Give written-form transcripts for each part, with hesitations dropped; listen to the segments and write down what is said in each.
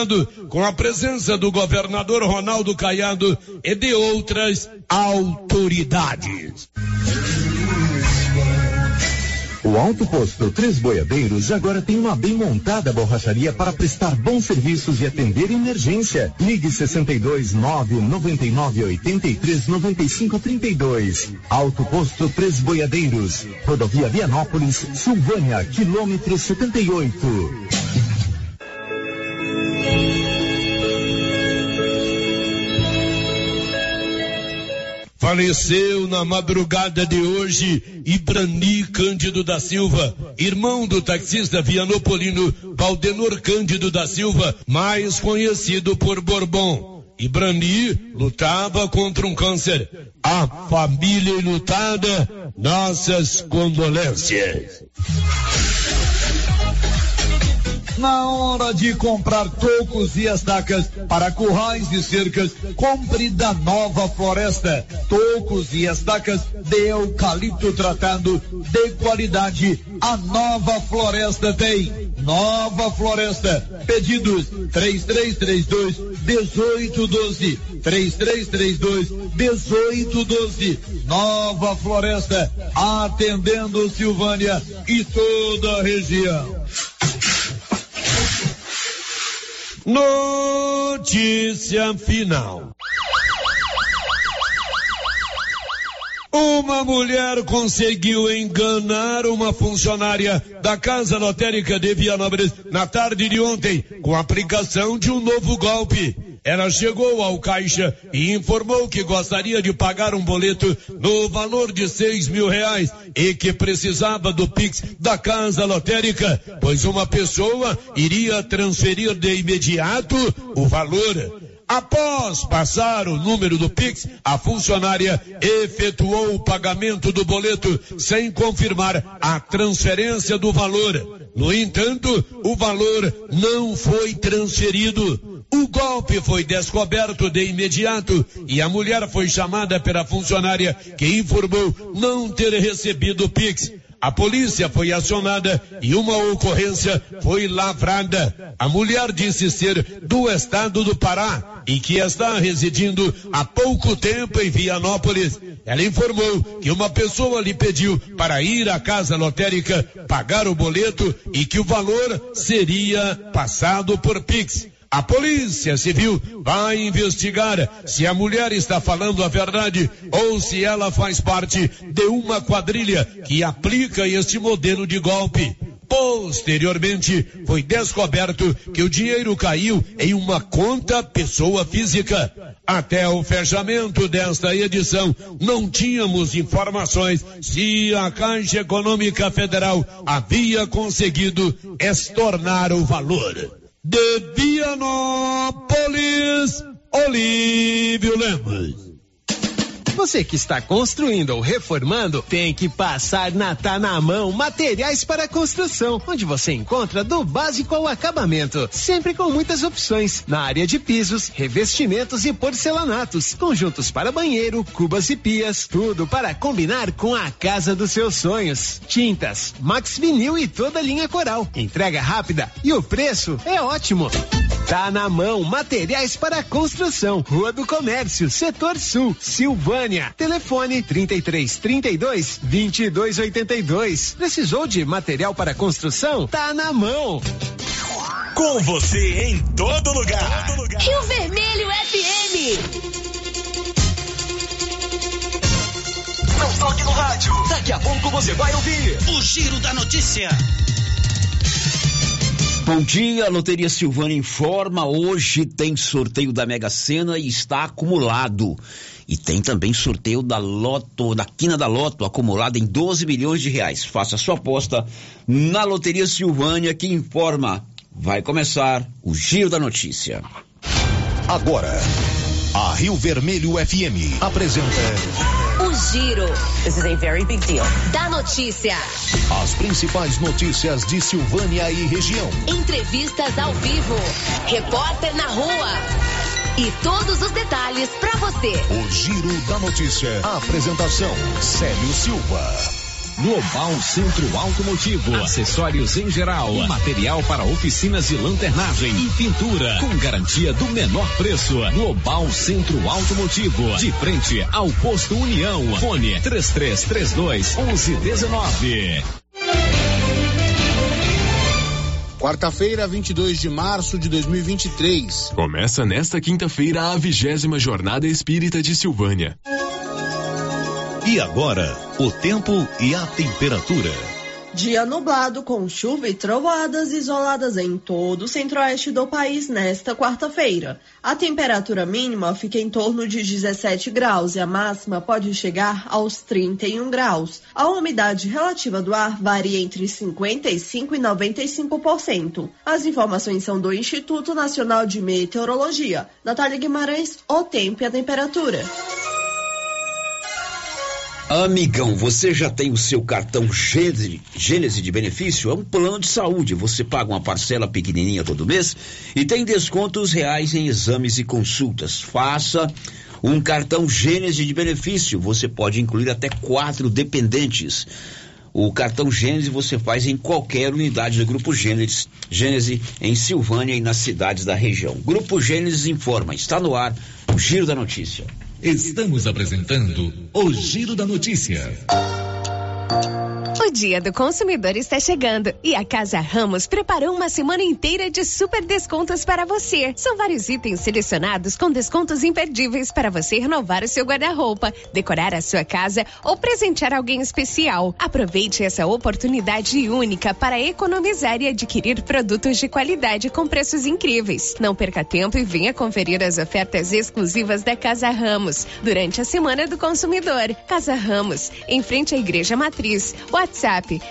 com a presença do governador Ronaldo Caiado e de outras autoridades. O Alto Posto Três Boiadeiros agora tem uma bem montada borracharia para prestar bons serviços e atender emergência. Ligue 62.999.83.9532. Alto Posto Três Boiadeiros. Rodovia Vianópolis, Silvânia, quilômetro 78. Faleceu na madrugada de hoje Ibrani Cândido da Silva, irmão do taxista vianopolino Valdenor Cândido da Silva, mais conhecido por Bourbon. Ibrani lutava contra um câncer. A família enlutada, nossas condolências. Na hora de comprar tocos e estacas para currais e cercas, compre da Nova Floresta. Tocos e estacas de eucalipto tratado de qualidade. A Nova Floresta tem. Nova Floresta. Pedidos 3332-1812. 3332-1812. Nova Floresta. Atendendo Silvânia e toda a região. Notícia final. Uma mulher conseguiu enganar uma funcionária da Casa Lotérica de Vianópolis na tarde de ontem com a aplicação de um novo golpe. Ela chegou ao caixa e informou que gostaria de pagar um boleto no valor de R$6.000 e que precisava do Pix da Casa Lotérica, pois uma pessoa iria transferir de imediato o valor. Após passar o número do Pix, a funcionária efetuou o pagamento do boleto sem confirmar a transferência do valor. No entanto, o valor não foi transferido. O golpe foi descoberto de imediato e a mulher foi chamada pela funcionária que informou não ter recebido o Pix. A polícia foi acionada e uma ocorrência foi lavrada. A mulher disse ser do estado do Pará e que está residindo há pouco tempo em Vianópolis. Ela informou que uma pessoa lhe pediu para ir à Casa Lotérica pagar o boleto e que o valor seria passado por Pix. A Polícia Civil vai investigar se a mulher está falando a verdade ou se ela faz parte de uma quadrilha que aplica este modelo de golpe. Posteriormente, foi descoberto que o dinheiro caiu em uma conta pessoa física. Até o fechamento desta edição, não tínhamos informações se a Caixa Econômica Federal havia conseguido estornar o valor. De Vianópolis, Olívio Lemos. Você que está construindo ou reformando, tem que passar na Tá na Mão Materiais para Construção, onde você encontra do básico ao acabamento, sempre com muitas opções, na área de pisos, revestimentos e porcelanatos, conjuntos para banheiro, cubas e pias, tudo para combinar com a casa dos seus sonhos. Tintas, Max Vinil e toda a linha Coral, entrega rápida e o preço é ótimo. Tá na Mão Materiais para Construção, Rua do Comércio, Setor Sul, Silvânia. Telefone 3332-2282. Precisou de material para construção? Tá na mão. Com você em todo lugar. Rio Vermelho FM. Não toque no rádio. Daqui a pouco você vai ouvir o Giro da Notícia. Bom dia, a Loteria Silvânia informa, hoje tem sorteio da Mega Sena e está acumulado. E tem também sorteio da Loto, da Quina da Loto, acumulado em 12 milhões de reais. Faça sua aposta na Loteria Silvânia, que informa. Vai começar o Giro da Notícia. Agora, a Rio Vermelho FM apresenta... O Giro. This is a very big deal. Da notícia. As principais notícias de Silvânia e região. Entrevistas ao vivo. Repórter na rua. E todos os detalhes para você. O Giro da Notícia. A apresentação, Célio Silva. Global Centro Automotivo, acessórios em geral, material para oficinas de lanternagem e pintura, com garantia do menor preço. Global Centro Automotivo, de frente ao Posto União. Fone 3332-1119. Quarta-feira, 22 de março de 2023. Começa nesta quinta-feira a 20ª Jornada Espírita de Silvânia. E agora, o tempo e a temperatura. Dia nublado com chuva e trovoadas isoladas em todo o centro-oeste do país nesta quarta-feira. A temperatura mínima fica em torno de 17 graus e a máxima pode chegar aos 31 graus. A umidade relativa do ar varia entre 55% e 95%. As informações são do Instituto Nacional de Meteorologia. Natália Guimarães, o tempo e a temperatura. Amigão, você já tem o seu cartão Gênese de benefício? É um plano de saúde. Você paga uma parcela pequenininha todo mês e tem descontos reais em exames e consultas. Faça um cartão Gênese de benefício. Você pode incluir até 4 dependentes. O cartão Gênese você faz em qualquer unidade do Grupo Gênese em Silvânia e nas cidades da região. Grupo Gênese informa. Está no ar o Giro da Notícia. Estamos apresentando o Giro da Notícia. O Dia do Consumidor está chegando e a Casa Ramos preparou uma semana inteira de super descontos para você. São vários itens selecionados com descontos imperdíveis para você renovar o seu guarda-roupa, decorar a sua casa ou presentear alguém especial. Aproveite essa oportunidade única para economizar e adquirir produtos de qualidade com preços incríveis. Não perca tempo e venha conferir as ofertas exclusivas da Casa Ramos durante a Semana do Consumidor. Casa Ramos, em frente à Igreja Matriz. WhatsApp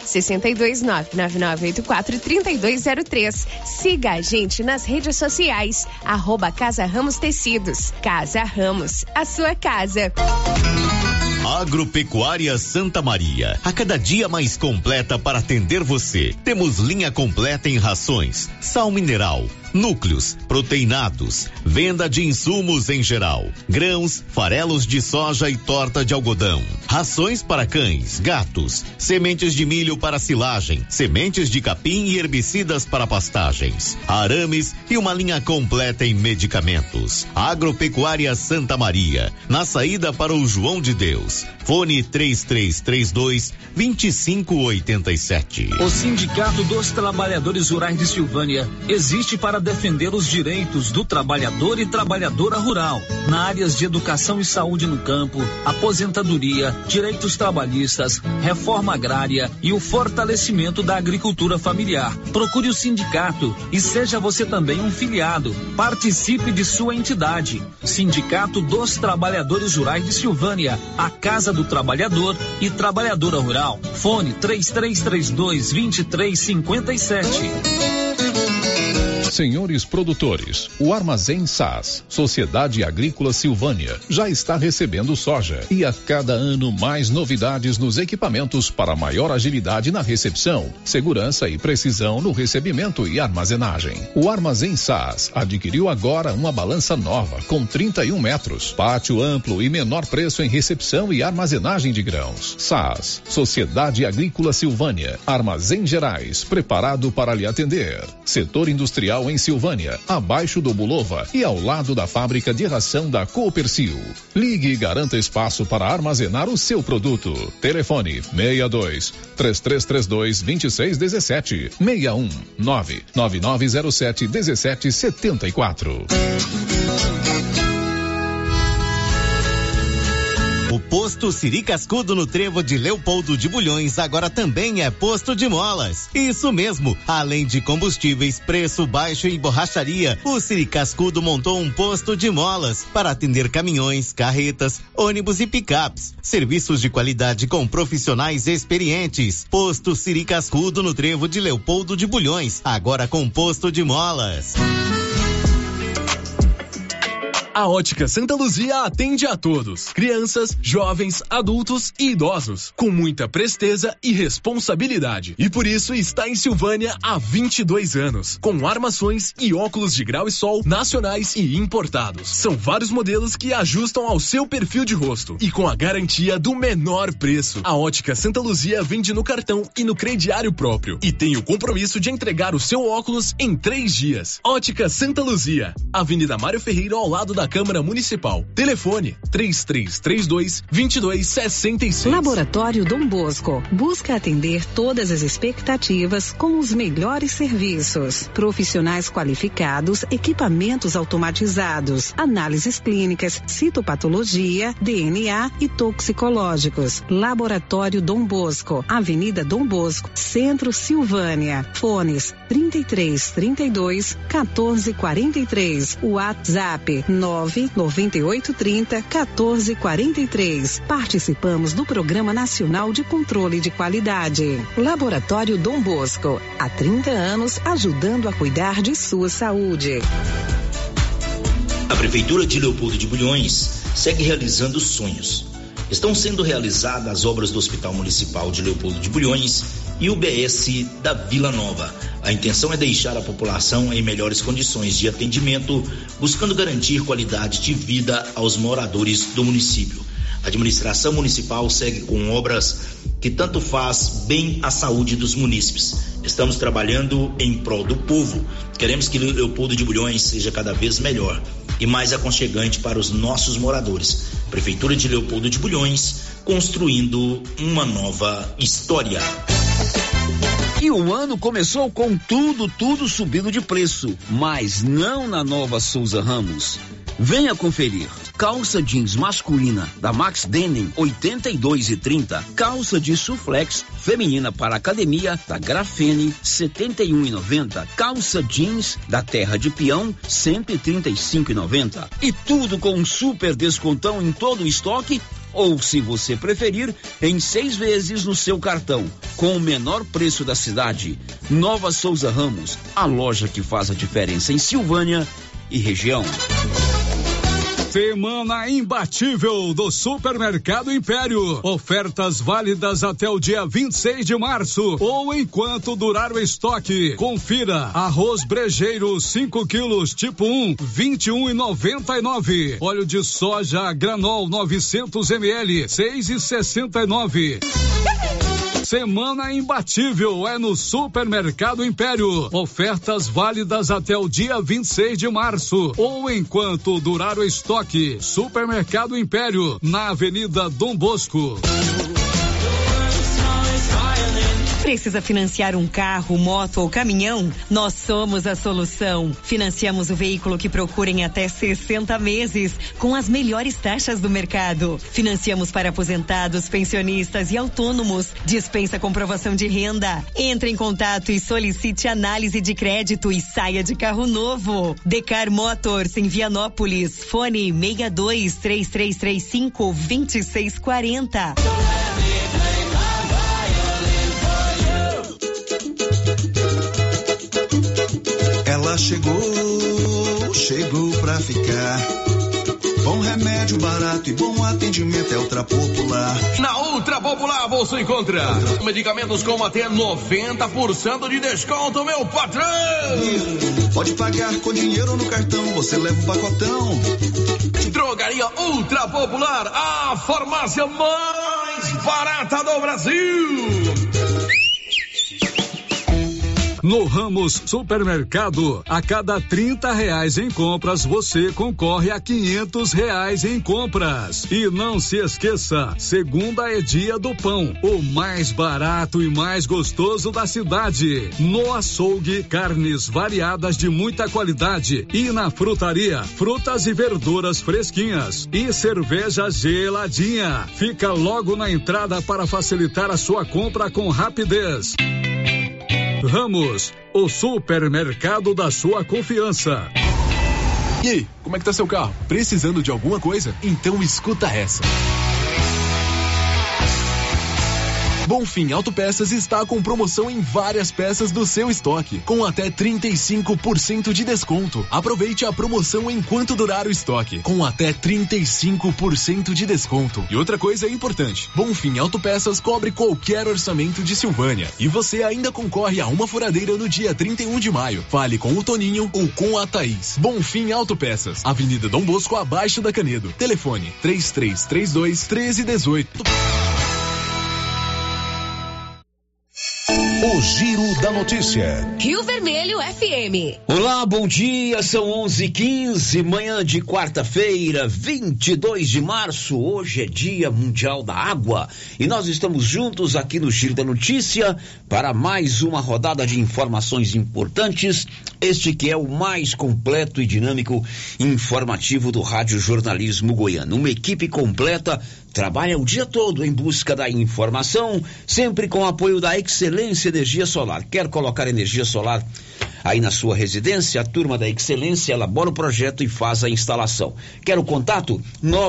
62999843203. Siga a gente nas redes sociais, @Casa Ramos Tecidos. Casa Ramos, a sua casa. Agropecuária Santa Maria, a cada dia mais completa para atender você. Temos linha completa em rações, sal mineral, núcleos, proteinados, venda de insumos em geral, grãos, farelos de soja e torta de algodão, rações para cães, gatos, sementes de milho para silagem, sementes de capim e herbicidas para pastagens, arames e uma linha completa em medicamentos. Agropecuária Santa Maria, na saída para o João de Deus. Fone 3332-2587. O Sindicato dos Trabalhadores Rurais de Silvânia existe para defender os direitos do trabalhador e trabalhadora rural, na áreas de educação e saúde no campo, aposentadoria, direitos trabalhistas, reforma agrária e o fortalecimento da agricultura familiar. Procure o sindicato e seja você também um filiado. Participe de sua entidade. Sindicato dos Trabalhadores Rurais de Silvânia, a Casa do Trabalhador e Trabalhadora Rural. Fone 3332-2357. Senhores produtores, o Armazém SAS, Sociedade Agrícola Silvânia, já está recebendo soja e a cada ano mais novidades nos equipamentos para maior agilidade na recepção, segurança e precisão no recebimento e armazenagem. O Armazém SAS adquiriu agora uma balança nova com 31 metros, pátio amplo e menor preço em recepção e armazenagem de grãos. SAS, Sociedade Agrícola Silvânia, Armazém Gerais, preparado para lhe atender. Setor industrial em Silvânia, abaixo do Bulova e ao lado da fábrica de ração da Coopercil. Ligue e garanta espaço para armazenar o seu produto. Telefone 62-3332-2617, 61-99907-1774. O posto Siri Cascudo no Trevo de Leopoldo de Bulhões agora também é posto de molas. Isso mesmo, além de combustíveis, preço baixo e borracharia, o Siri Cascudo montou um posto de molas para atender caminhões, carretas, ônibus e picapes. Serviços de qualidade com profissionais experientes. Posto Siri Cascudo no Trevo de Leopoldo de Bulhões, agora com posto de molas. A Ótica Santa Luzia atende a todos, crianças, jovens, adultos e idosos, com muita presteza e responsabilidade. E por isso está em Silvânia há 22 anos, com armações e óculos de grau e sol nacionais e importados. São vários modelos que ajustam ao seu perfil de rosto e com a garantia do menor preço. A Ótica Santa Luzia vende no cartão e no crediário próprio e tem o compromisso de entregar o seu óculos em 3 dias. Ótica Santa Luzia, Avenida Mário Ferreira, ao lado da Câmara Municipal. Telefone 3332-2266. Laboratório Dom Bosco busca atender todas as expectativas com os melhores serviços. Profissionais qualificados, equipamentos automatizados, análises clínicas, citopatologia, DNA e toxicológicos. Laboratório Dom Bosco, Avenida Dom Bosco, Centro, Silvânia. Fones 3332 1443. WhatsApp 99830 1443. Participamos do Programa Nacional de Controle de Qualidade. Laboratório Dom Bosco, há 30 anos ajudando a cuidar de sua saúde. A Prefeitura de Leopoldo de Bulhões segue realizando sonhos. Estão sendo realizadas as obras do Hospital Municipal de Leopoldo de Bulhões e o BS da Vila Nova. A intenção é deixar a população em melhores condições de atendimento, buscando garantir qualidade de vida aos moradores do município. A administração municipal segue com obras que tanto faz bem à saúde dos munícipes. Estamos trabalhando em prol do povo. Queremos que Leopoldo de Bulhões seja cada vez melhor e mais aconchegante para os nossos moradores. Prefeitura de Leopoldo de Bulhões, construindo uma nova história. E o ano começou com tudo subindo de preço, mas não na Nova Souza Ramos. Venha conferir. Calça jeans masculina da Max Denim 82,30. Calça de suflex feminina para academia da Grafene 71,90. Calça jeans da Terra de Peão 135,90. E tudo com um super descontão em todo o estoque, ou, se você preferir, em 6 vezes no seu cartão, com o menor preço da cidade. Nova Souza Ramos, a loja que faz a diferença em Silvânia e região. Semana imbatível do Supermercado Império. Ofertas válidas até o dia 26 de março ou enquanto durar o estoque. Confira: arroz brejeiro 5 quilos tipo 1, 21,99. Óleo de soja Granol 900 ml, 6,69. Semana imbatível é no Supermercado Império. Ofertas válidas até o dia 26 de março ou enquanto durar o estoque. Supermercado Império, na Avenida Dom Bosco. Precisa financiar um carro, moto ou caminhão? Nós somos a solução. Financiamos o veículo que procura em até 60 meses, com as melhores taxas do mercado. Financiamos para aposentados, pensionistas e autônomos. Dispensa comprovação de renda. Entre em contato e solicite análise de crédito e saia de carro novo. Decar Motors em Vianópolis. Fone 623335-2640. Ela chegou pra ficar. Bom remédio, barato e bom atendimento é Ultra Popular. Na Ultra Popular você encontra medicamentos com até 90% de desconto, meu patrão. Pode pagar com dinheiro no cartão, você leva um pacotão. Drogaria Ultra Popular, a farmácia mais barata do Brasil. No Ramos Supermercado, a cada R$30 em compras, você concorre a R$500 em compras. E não se esqueça, segunda é dia do pão, o mais barato e mais gostoso da cidade. No açougue, carnes variadas de muita qualidade. E na frutaria, frutas e verduras fresquinhas. E cerveja geladinha. Fica logo na entrada para facilitar a sua compra com rapidez. Ramos, o supermercado da sua confiança. E aí, como é que tá seu carro? Precisando de alguma coisa? Então escuta essa. Bonfim Autopeças está com promoção em várias peças do seu estoque, com até 35% de desconto. Aproveite a promoção enquanto durar o estoque, com até 35% de desconto. E outra coisa importante, Bonfim Autopeças cobre qualquer orçamento de Silvânia. E você ainda concorre a uma furadeira no dia 31 de maio. Fale com o Toninho ou com a Thaís. Bonfim Autopeças, Avenida Dom Bosco, abaixo da Canedo. Telefone 3332-1318. O Giro da Notícia. Rio Vermelho FM. Olá, bom dia, são 11h15, manhã de quarta-feira, 22 de março, hoje é Dia Mundial da Água e nós estamos juntos aqui no Giro da Notícia para mais uma rodada de informações importantes, este que é o mais completo e dinâmico informativo do Rádio Jornalismo Goiano. Uma equipe completa trabalha o dia todo em busca da informação, sempre com o apoio da Excelência Energia Solar. Quer colocar energia solar aí na sua residência? A turma da Excelência elabora o projeto e faz a instalação. Quer o contato?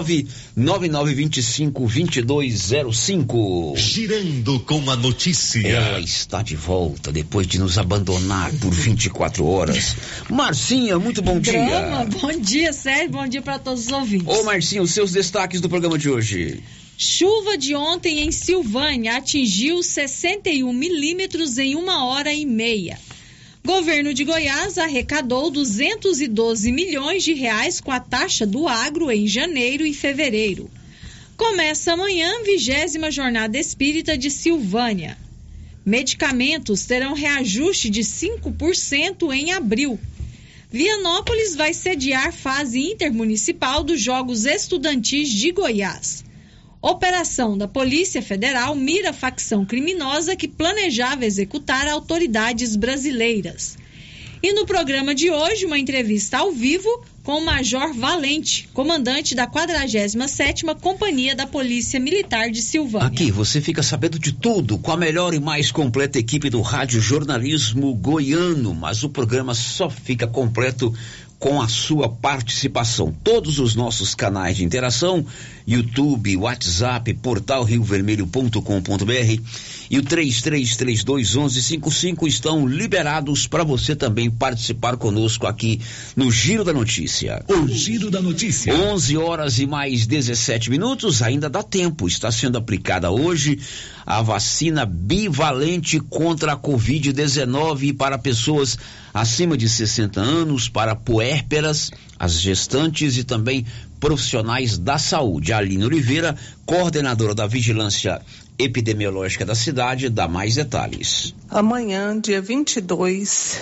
99925-2205. Girando com a notícia. Ela está de volta depois de nos abandonar por 24 horas. Marcinha, muito bom dia. Bom dia, Sérgio. Bom dia para todos os ouvintes. Ô Marcinha, os seus destaques do programa de hoje. Chuva de ontem em Silvânia atingiu 61 milímetros em 1h30. Governo de Goiás arrecadou 212 milhões de reais com a taxa do agro em janeiro e fevereiro. Começa amanhã a 20ª Jornada Espírita de Silvânia. Medicamentos terão reajuste de 5% em abril. Vianópolis vai sediar fase intermunicipal dos Jogos Estudantis de Goiás. Operação da Polícia Federal mira facção criminosa que planejava executar autoridades brasileiras. E no programa de hoje, uma entrevista ao vivo com o Major Valente, comandante da 47ª Companhia da Polícia Militar de Silvânia. Aqui você fica sabendo de tudo com a melhor e mais completa equipe do Rádio Jornalismo Goiano, mas o programa só fica completo com a sua participação. Todos os nossos canais de interação, YouTube, WhatsApp, portal riovermelho.com.br e o 33321155 estão liberados para você também participar conosco aqui no Giro da Notícia. O Giro da Notícia. 11 horas e mais 17 minutos, ainda dá tempo. Está sendo aplicada hoje a vacina bivalente contra a Covid-19 para pessoas acima de 60 anos, para puérperas, as gestantes e também profissionais da saúde. A Aline Oliveira, coordenadora da Vigilância Epidemiológica da cidade, dá mais detalhes. Amanhã, dia 22,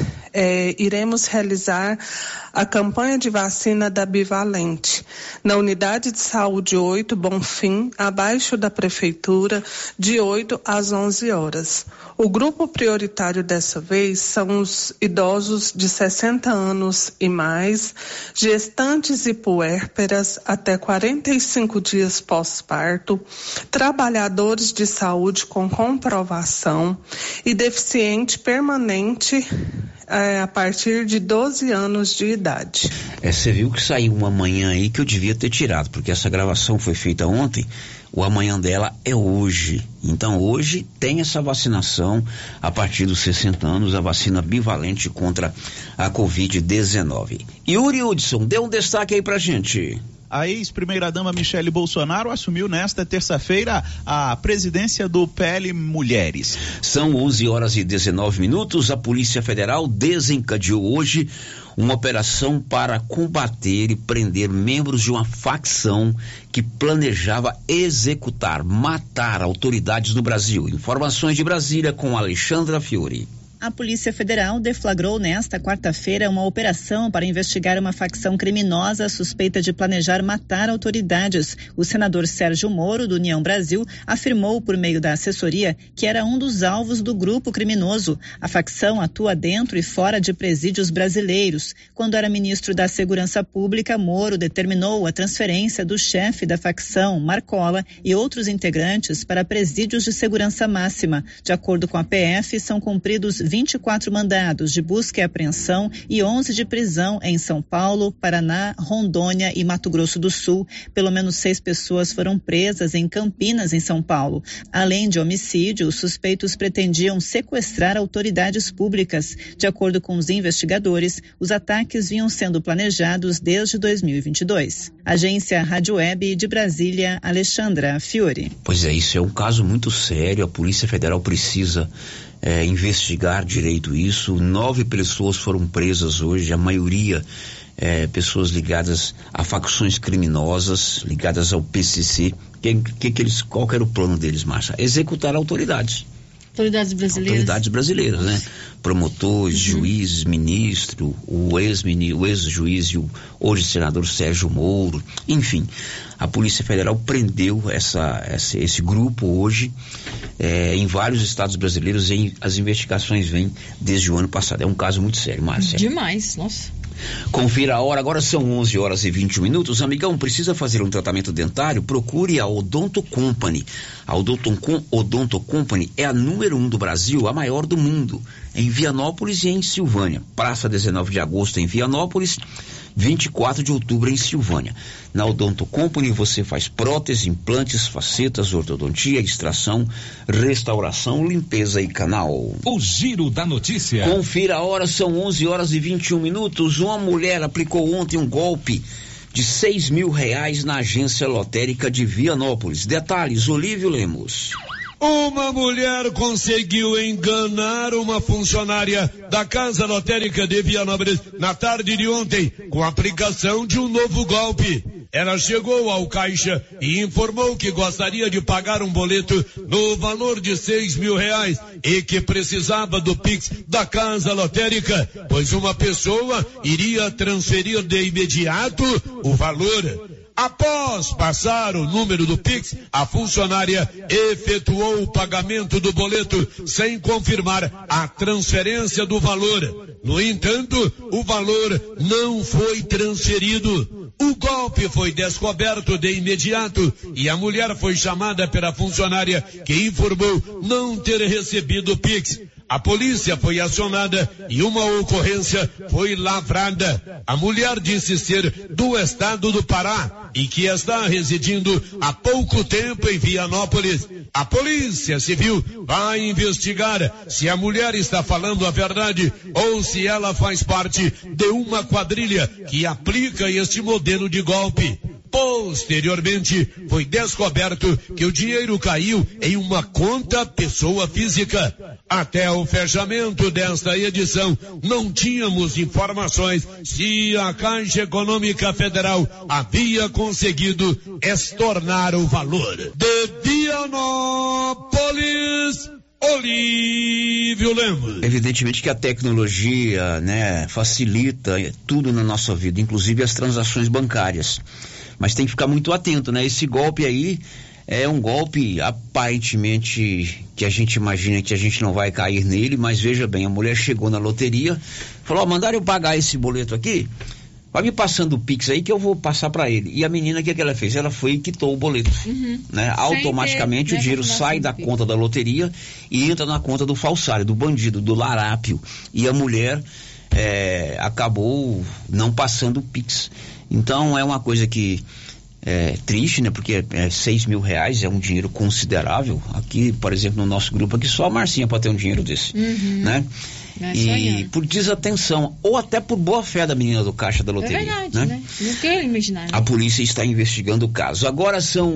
iremos realizar a campanha de vacina da Bivalente na Unidade de Saúde 8, Bonfim, abaixo da Prefeitura, de 8 às 11 horas. O grupo prioritário dessa vez são os idosos de 60 anos e mais, gestantes e puérperas até 45 dias pós-parto, trabalhadores de saúde com comprovação e deficiente permanente a partir de 12 anos de idade. Você viu que saiu uma manhã aí que eu devia ter tirado, porque essa gravação foi feita ontem, o amanhã dela é hoje. Então hoje tem essa vacinação a partir dos 60 anos, a vacina bivalente contra a Covid-19. Yuri Hudson, dê um destaque aí pra gente. A ex-primeira-dama Michele Bolsonaro assumiu nesta terça-feira a presidência do PL Mulheres. São 11 horas e 19 minutos. A Polícia Federal desencadeou hoje uma operação para combater e prender membros de uma facção que planejava executar, matar autoridades no Brasil. Informações de Brasília com Alexandra Fiori. A Polícia Federal deflagrou nesta quarta-feira uma operação para investigar uma facção criminosa suspeita de planejar matar autoridades. O senador Sérgio Moro, do União Brasil, afirmou por meio da assessoria que era um dos alvos do grupo criminoso. A facção atua dentro e fora de presídios brasileiros. Quando era ministro da Segurança Pública, Moro determinou a transferência do chefe da facção, Marcola, e outros integrantes para presídios de segurança máxima. De acordo com a PF, são cumpridos 24 mandados de busca e apreensão e 11 de prisão em São Paulo, Paraná, Rondônia e Mato Grosso do Sul. Pelo menos 6 pessoas foram presas em Campinas, em São Paulo. Além de homicídio, os suspeitos pretendiam sequestrar autoridades públicas. De acordo com os investigadores, os ataques vinham sendo planejados desde 2022. Agência Rádio Web de Brasília, Alexandra Fiore. Pois é, isso é um caso muito sério. A Polícia Federal precisa investigar direito isso. 9 pessoas foram presas hoje, a maioria pessoas ligadas a facções criminosas, ligadas ao PCC. Qual que era o plano deles, Márcia? Executar autoridades. Autoridades brasileiras, né? Promotores, juízes, ministro, o ex-juiz e o hoje senador Sérgio Moro, enfim. A Polícia Federal prendeu esse grupo hoje em vários estados brasileiros. As investigações vêm desde o ano passado. É um caso muito sério, Márcia. Demais, nossa. Confira a hora, agora são 11h21. Amigão, precisa fazer um tratamento dentário? Procure a Odonto Company. A Odonto Company é a número 1 do Brasil, a maior do mundo, em Vianópolis e em Silvânia. Praça 19 de agosto em Vianópolis, 24 de outubro em Silvânia. Na Odonto Company você faz prótese, implantes, facetas, ortodontia, extração, restauração, limpeza e canal. O Giro da Notícia. Confira a hora, são 11h21. Uma mulher aplicou ontem um golpe de R$6.000 na agência lotérica de Vianópolis. Detalhes, Olívio Lemos. Uma mulher conseguiu enganar uma funcionária da Casa Lotérica de Vianópolis na tarde de ontem com a aplicação de um novo golpe. Ela chegou ao caixa e informou que gostaria de pagar um boleto no valor de R$6.000 e que precisava do Pix da Casa Lotérica, pois uma pessoa iria transferir de imediato o valor. Após passar o número do Pix, a funcionária efetuou o pagamento do boleto sem confirmar a transferência do valor. No entanto, o valor não foi transferido. O golpe foi descoberto de imediato e a mulher foi chamada pela funcionária, que informou não ter recebido o Pix. A polícia foi acionada e uma ocorrência foi lavrada. A mulher disse ser do estado do Pará e que está residindo há pouco tempo em Vianópolis. A Polícia Civil vai investigar se a mulher está falando a verdade ou se ela faz parte de uma quadrilha que aplica este modelo de golpe. Posteriormente, foi descoberto que o dinheiro caiu em uma conta pessoa física. Até o fechamento desta edição, não tínhamos informações se a Caixa Econômica Federal havia conseguido estornar o valor. De Vianópolis, Olívio Lemos. Evidentemente que a tecnologia, facilita tudo na nossa vida, inclusive as transações bancárias. Mas tem que ficar muito atento, né? Esse golpe aí é um golpe aparentemente que a gente imagina que a gente não vai cair nele, mas veja bem, a mulher chegou na loteria, falou, mandaram eu pagar esse boleto aqui, vai me passando o Pix aí que eu vou passar para ele. E a menina, o que ela fez? Ela foi e quitou o boleto, Automaticamente o dinheiro sai da conta da loteria e entra na conta do falsário, do bandido, do larápio. E a mulher acabou não passando o Pix. Então é uma coisa que é triste, né? Porque R$6.000 é um dinheiro considerável. Aqui, por exemplo, no nosso grupo aqui, só a Marcinha pode ter um dinheiro desse, né? E por desatenção, ou até por boa fé da menina do caixa da loteria. É verdade, né? Não quero imaginar. A polícia está investigando o caso. Agora são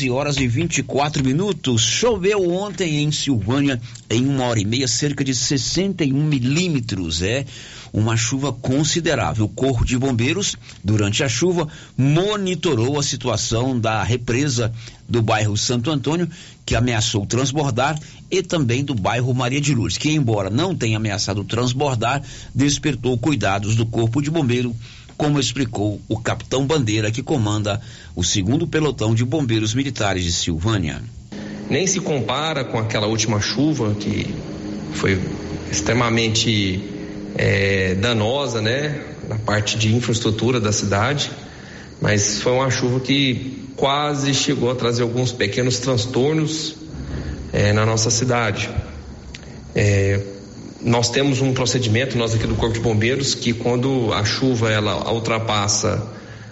11h24. Choveu ontem em Silvânia, em 1h30, cerca de 61 milímetros. Uma chuva considerável. O Corpo de Bombeiros, durante a chuva, monitorou a situação da represa do bairro Santo Antônio, que ameaçou transbordar, e também do bairro Maria de Lourdes, que, embora não tenha ameaçado transbordar, despertou cuidados do Corpo de Bombeiro, como explicou o capitão Bandeira, que comanda o 2º Pelotão de Bombeiros Militares de Silvânia. Nem se compara com aquela última chuva, que foi extremamente danosa, na parte de infraestrutura da cidade, mas foi uma chuva que quase chegou a trazer alguns pequenos transtornos na nossa cidade. nós temos um procedimento, nós aqui do Corpo de Bombeiros, que quando a chuva ela ultrapassa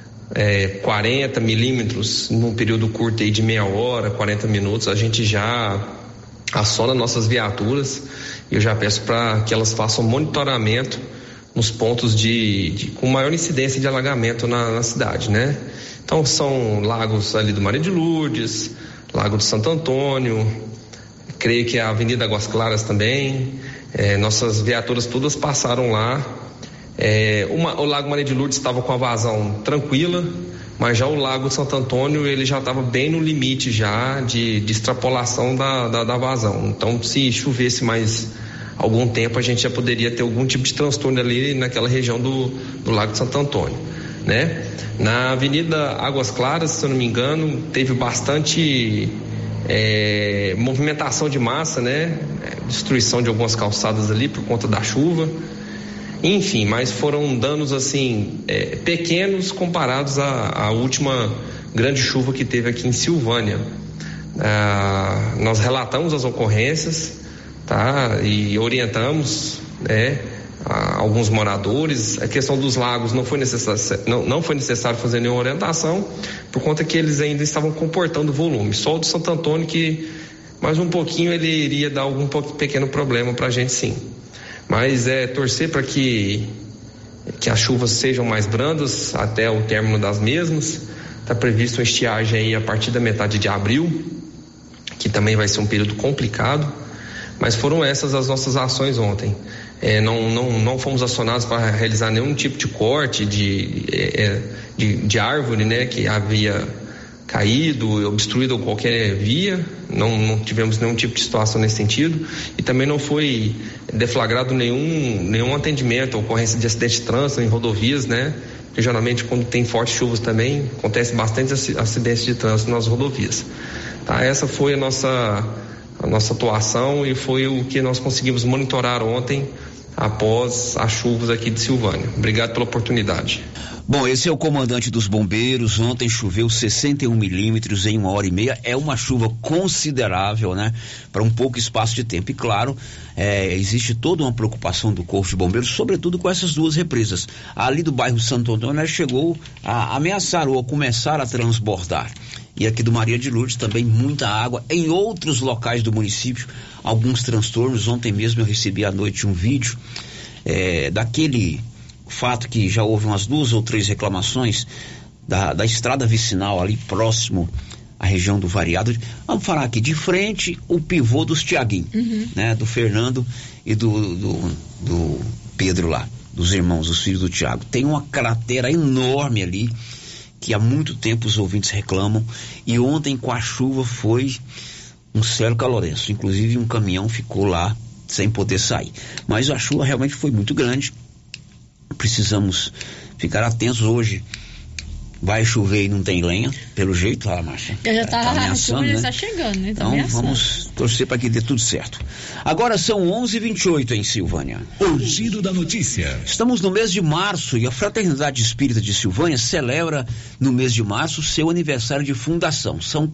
40 milímetros num período curto aí de meia hora, 40 minutos, a gente já aciona nossas viaturas e eu já peço para que elas façam monitoramento nos pontos com maior incidência de alagamento na cidade, né? Então são lagos ali do Maria de Lourdes, Lago de Santo Antônio, creio que a Avenida Águas Claras também, nossas viaturas todas passaram lá. O Lago Maria de Lourdes estava com a vazão tranquila, mas já o Lago de Santo Antônio ele já estava bem no limite já de extrapolação da vazão. Então, se chovesse mais algum tempo, a gente já poderia ter algum tipo de transtorno ali naquela região do Lago de Santo Antônio, né? Na Avenida Águas Claras, se eu não me engano, teve bastante movimentação de massa, né? Destruição de algumas calçadas ali por conta da chuva. Enfim, mas foram danos assim pequenos comparados à última grande chuva que teve aqui em Silvânia. Nós relatamos as ocorrências, tá? E orientamos, né, alguns moradores. A questão dos lagos não foi necessário fazer nenhuma orientação, por conta que eles ainda estavam comportando volume. Só o de Santo Antônio que mais um pouquinho ele iria dar algum pequeno problema para a gente, sim. Mas torcer para que as chuvas sejam mais brandas até o término das mesmas. Está previsto uma estiagem aí a partir da metade de abril, que também vai ser um período complicado. Mas foram essas as nossas ações ontem. Não fomos acionados para realizar nenhum tipo de corte de árvore, né, que havia caído, obstruído qualquer via. Não tivemos nenhum tipo de situação nesse sentido e também não foi deflagrado nenhum atendimento, ocorrência de acidente de trânsito em rodovias, né? Porque geralmente quando tem fortes chuvas também acontece bastante acidentes de trânsito nas rodovias. Tá? Essa foi a nossa atuação e foi o que nós conseguimos monitorar ontem após as chuvas aqui de Silvânia. Obrigado pela oportunidade. Bom, esse é o comandante dos bombeiros. Ontem choveu 61 milímetros em 1h30. É uma chuva considerável, né? Para um pouco espaço de tempo. E claro, existe toda uma preocupação do Corpo de Bombeiros, sobretudo com essas duas represas. Ali do bairro Santo Antônio, ela chegou a ameaçar ou a começar a transbordar. E aqui do Maria de Lourdes também muita água. Em outros locais do município, alguns transtornos. Ontem mesmo eu recebi à noite um vídeo daquele fato que já houve umas 2 ou 3 reclamações da estrada vicinal ali próximo à região do Variado. Vamos falar aqui de frente o pivô dos Tiaguinho, né? Do Fernando e do Pedro lá, dos irmãos, os filhos do Tiago. Tem uma cratera enorme ali que há muito tempo os ouvintes reclamam e ontem com a chuva foi um céu calorenço. Inclusive um caminhão ficou lá sem poder sair. Mas a chuva realmente foi muito grande. Precisamos ficar atentos. Hoje vai chover e não tem lenha, pelo jeito, Márcia. Já tá ameaçando, já né? está chegando, né? Tá então ameaçando. Vamos torcer para que dê tudo certo. Agora são 11h28 em Silvânia. O giro da notícia. Estamos no mês de março e a Fraternidade Espírita de Silvânia celebra no mês de março seu aniversário de fundação. São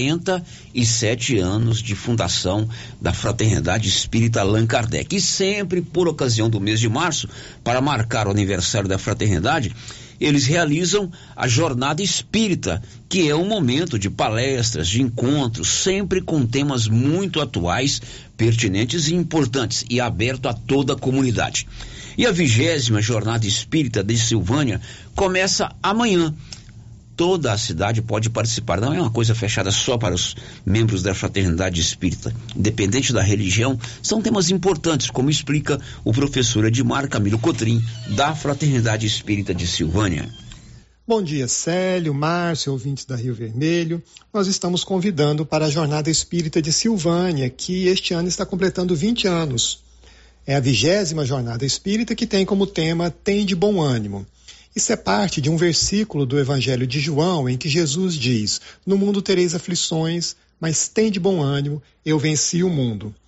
47 anos de fundação da Fraternidade Espírita Allan Kardec. E sempre por ocasião do mês de março, para marcar o aniversário da Fraternidade, eles realizam a Jornada Espírita, que é um momento de palestras, de encontros, sempre com temas muito atuais, pertinentes e importantes, e aberto a toda a comunidade. E a 20ª Jornada Espírita de Silvânia começa amanhã. Toda a cidade pode participar, não é uma coisa fechada só para os membros da Fraternidade Espírita. Independente da religião, são temas importantes, como explica o professor Edmar Camilo Cotrim, da Fraternidade Espírita de Silvânia. Bom dia, Célio, Márcio, ouvintes da Rio Vermelho. Nós estamos convidando para a Jornada Espírita de Silvânia, que este ano está completando 20 anos. É a 20ª Jornada Espírita, que tem como tema Tem de Bom Ânimo. Isso é parte de um versículo do Evangelho de João, em que Jesus diz: no mundo tereis aflições, mas tem de bom ânimo, eu venci o mundo.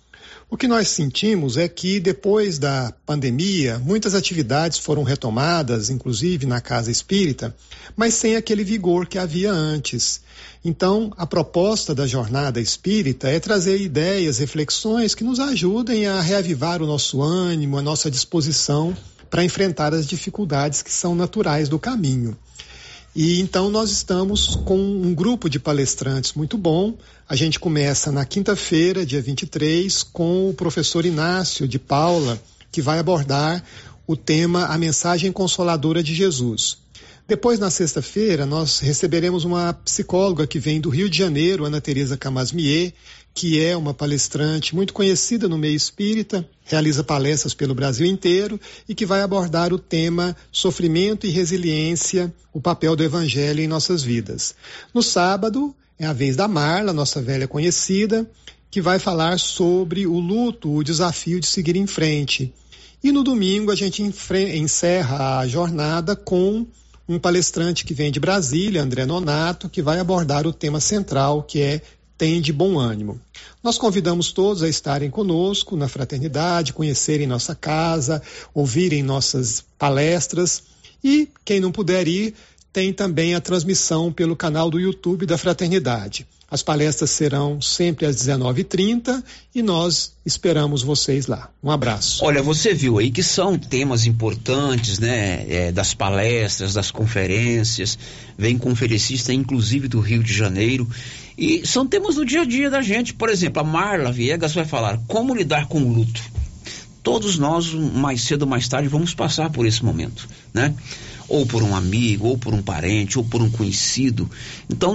O que nós sentimos é que depois da pandemia, muitas atividades foram retomadas, inclusive na Casa Espírita, mas sem aquele vigor que havia antes. Então, a proposta da Jornada Espírita é trazer ideias, reflexões que nos ajudem a reavivar o nosso ânimo, a nossa disposição para enfrentar as dificuldades que são naturais do caminho. E então nós estamos com um grupo de palestrantes muito bom. A gente começa na quinta-feira, dia 23, com o professor Inácio de Paula, que vai abordar o tema A Mensagem Consoladora de Jesus. Depois, na sexta-feira, nós receberemos uma psicóloga que vem do Rio de Janeiro, Ana Teresa Camasmier, que é uma palestrante muito conhecida no meio espírita, realiza palestras pelo Brasil inteiro e que vai abordar o tema Sofrimento e Resiliência, o papel do Evangelho em nossas vidas. No sábado, é a vez da Marla, nossa velha conhecida, que vai falar sobre o luto, o desafio de seguir em frente. E no domingo, a gente encerra a jornada com um palestrante que vem de Brasília, André Nonato, que vai abordar o tema central, que é Tem de Bom Ânimo. Nós convidamos todos a estarem conosco na fraternidade, conhecerem nossa casa, ouvirem nossas palestras e, quem não puder ir, tem também a transmissão pelo canal do YouTube da Fraternidade. As palestras serão sempre às 19h30 e nós esperamos vocês lá. Um abraço. Olha, você viu aí que são temas importantes, né? Das palestras, das conferências, vem conferencista inclusive do Rio de Janeiro, e são temas do dia a dia da gente. Por exemplo, a Marla Viegas vai falar como lidar com o luto. Todos nós, mais cedo ou mais tarde, vamos passar por esse momento, né? Ou por um amigo, ou por um parente, ou por um conhecido. Então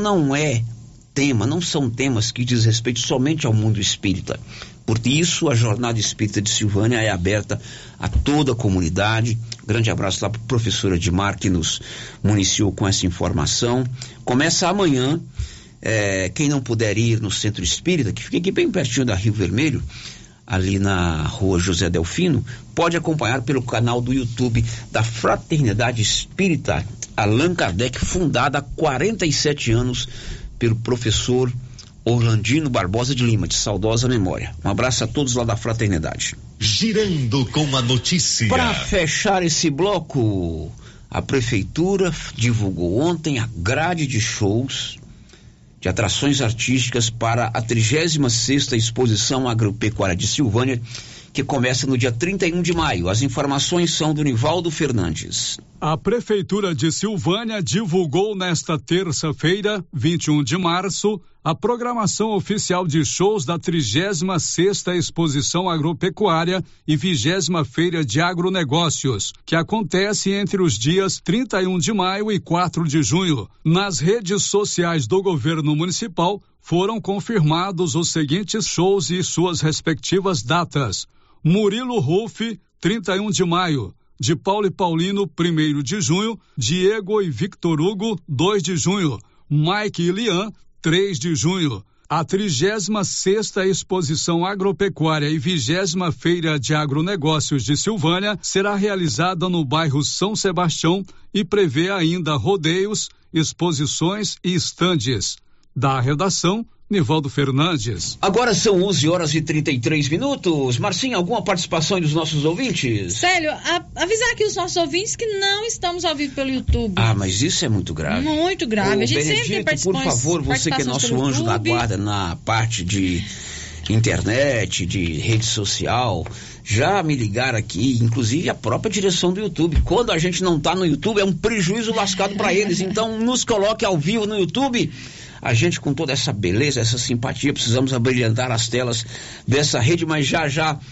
não são temas que diz respeito somente ao mundo espírita. Por isso, a Jornada Espírita de Silvânia é aberta a toda a comunidade. Grande abraço lá para a professora Edmar, que nos municiou com essa informação. Começa amanhã. Quem não puder ir no Centro Espírita, que fica aqui bem pertinho da Rio Vermelho, ali na rua José Delfino, pode acompanhar pelo canal do YouTube da Fraternidade Espírita Allan Kardec, fundada há 47 anos pelo professor Orlandino Barbosa de Lima, de saudosa memória. Um abraço a todos lá da Fraternidade. Girando com a notícia. Para fechar esse bloco, a Prefeitura divulgou ontem a grade de shows de atrações artísticas para a 36ª Exposição Agropecuária de Silvânia, que começa no dia 31 de maio. As informações são do Nivaldo Fernandes. A Prefeitura de Silvânia divulgou nesta terça-feira, 21 de março, a programação oficial de shows da 36ª Exposição Agropecuária e 20ª Feira de Agronegócios, que acontece entre os dias 31 de maio e 4 de junho. Nas redes sociais do governo municipal, foram confirmados os seguintes shows e suas respectivas datas: Murilo Ruff, 31 de maio, de Paulo e Paulino, 1º de junho, Diego e Victor Hugo, 2 de junho, Mike e Lian, 3 de junho. A 36ª Exposição Agropecuária e 20ª Feira de Agronegócios de Silvânia será realizada no bairro São Sebastião e prevê ainda rodeios, exposições e estandes. Da redação, Nivaldo Fernandes. Agora são 11h33. Marcinho, alguma participação aí dos nossos ouvintes? Célio, avisar aqui os nossos ouvintes que não estamos ao vivo pelo YouTube. Ah, mas isso é muito grave. Muito grave. A gente Benedito, sempre tem participações. Por favor, você que é nosso anjo da guarda na parte de internet, de rede social, já me ligaram aqui, inclusive a própria direção do YouTube. Quando a gente não tá no YouTube, é um prejuízo lascado para eles. Então, nos coloque ao vivo no YouTube. A gente, com toda essa beleza, essa simpatia, precisamos abrilhantar as telas dessa rede, mas já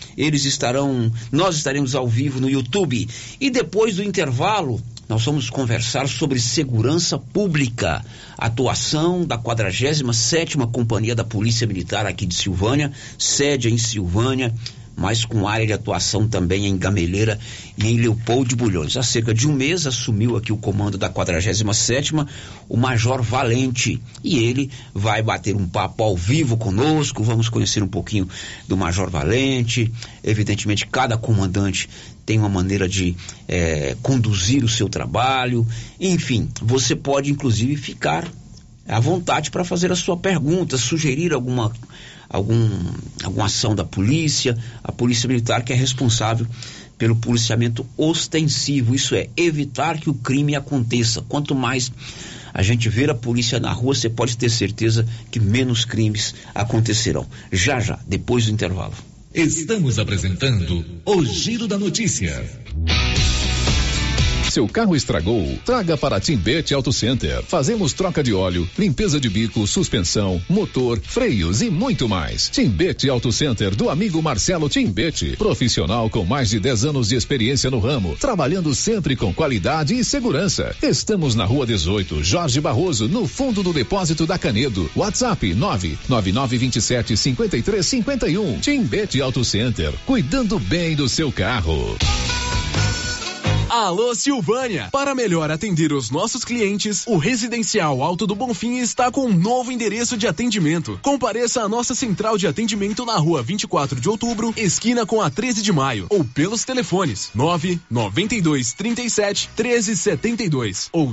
nós estaremos ao vivo no YouTube. E depois do intervalo, nós vamos conversar sobre segurança pública, atuação da 47ª Companhia da Polícia Militar aqui de Silvânia, sede em Silvânia, mas com área de atuação também em Gameleira e em Leopoldo de Bulhões. Há cerca de um mês assumiu aqui o comando da 47ª o Major Valente, e ele vai bater um papo ao vivo conosco. Vamos conhecer um pouquinho do Major Valente. Evidentemente, cada comandante tem uma maneira de conduzir o seu trabalho. Enfim, você pode inclusive ficar à vontade para fazer a sua pergunta, sugerir alguma ação da polícia, a polícia militar que é responsável pelo policiamento ostensivo, isso é, evitar que o crime aconteça. Quanto mais a gente ver a polícia na rua, você pode ter certeza que menos crimes acontecerão. Já, depois do intervalo. Estamos apresentando o Giro da Notícia. Seu carro estragou? Traga para Timbete Auto Center. Fazemos troca de óleo, limpeza de bico, suspensão, motor, freios e muito mais. Timbete Auto Center do amigo Marcelo Timbete. Profissional com mais de 10 anos de experiência no ramo, trabalhando sempre com qualidade e segurança. Estamos na Rua 18, Jorge Barroso, no fundo do depósito da Canedo. WhatsApp 99927-5351. Timbete Auto Center, cuidando bem do seu carro. Alô Silvânia! Para melhor atender os nossos clientes, o Residencial Alto do Bonfim está com um novo endereço de atendimento. Compareça à nossa central de atendimento na Rua 24 de Outubro, esquina com a 13 de Maio, ou pelos telefones 99237-1372 ou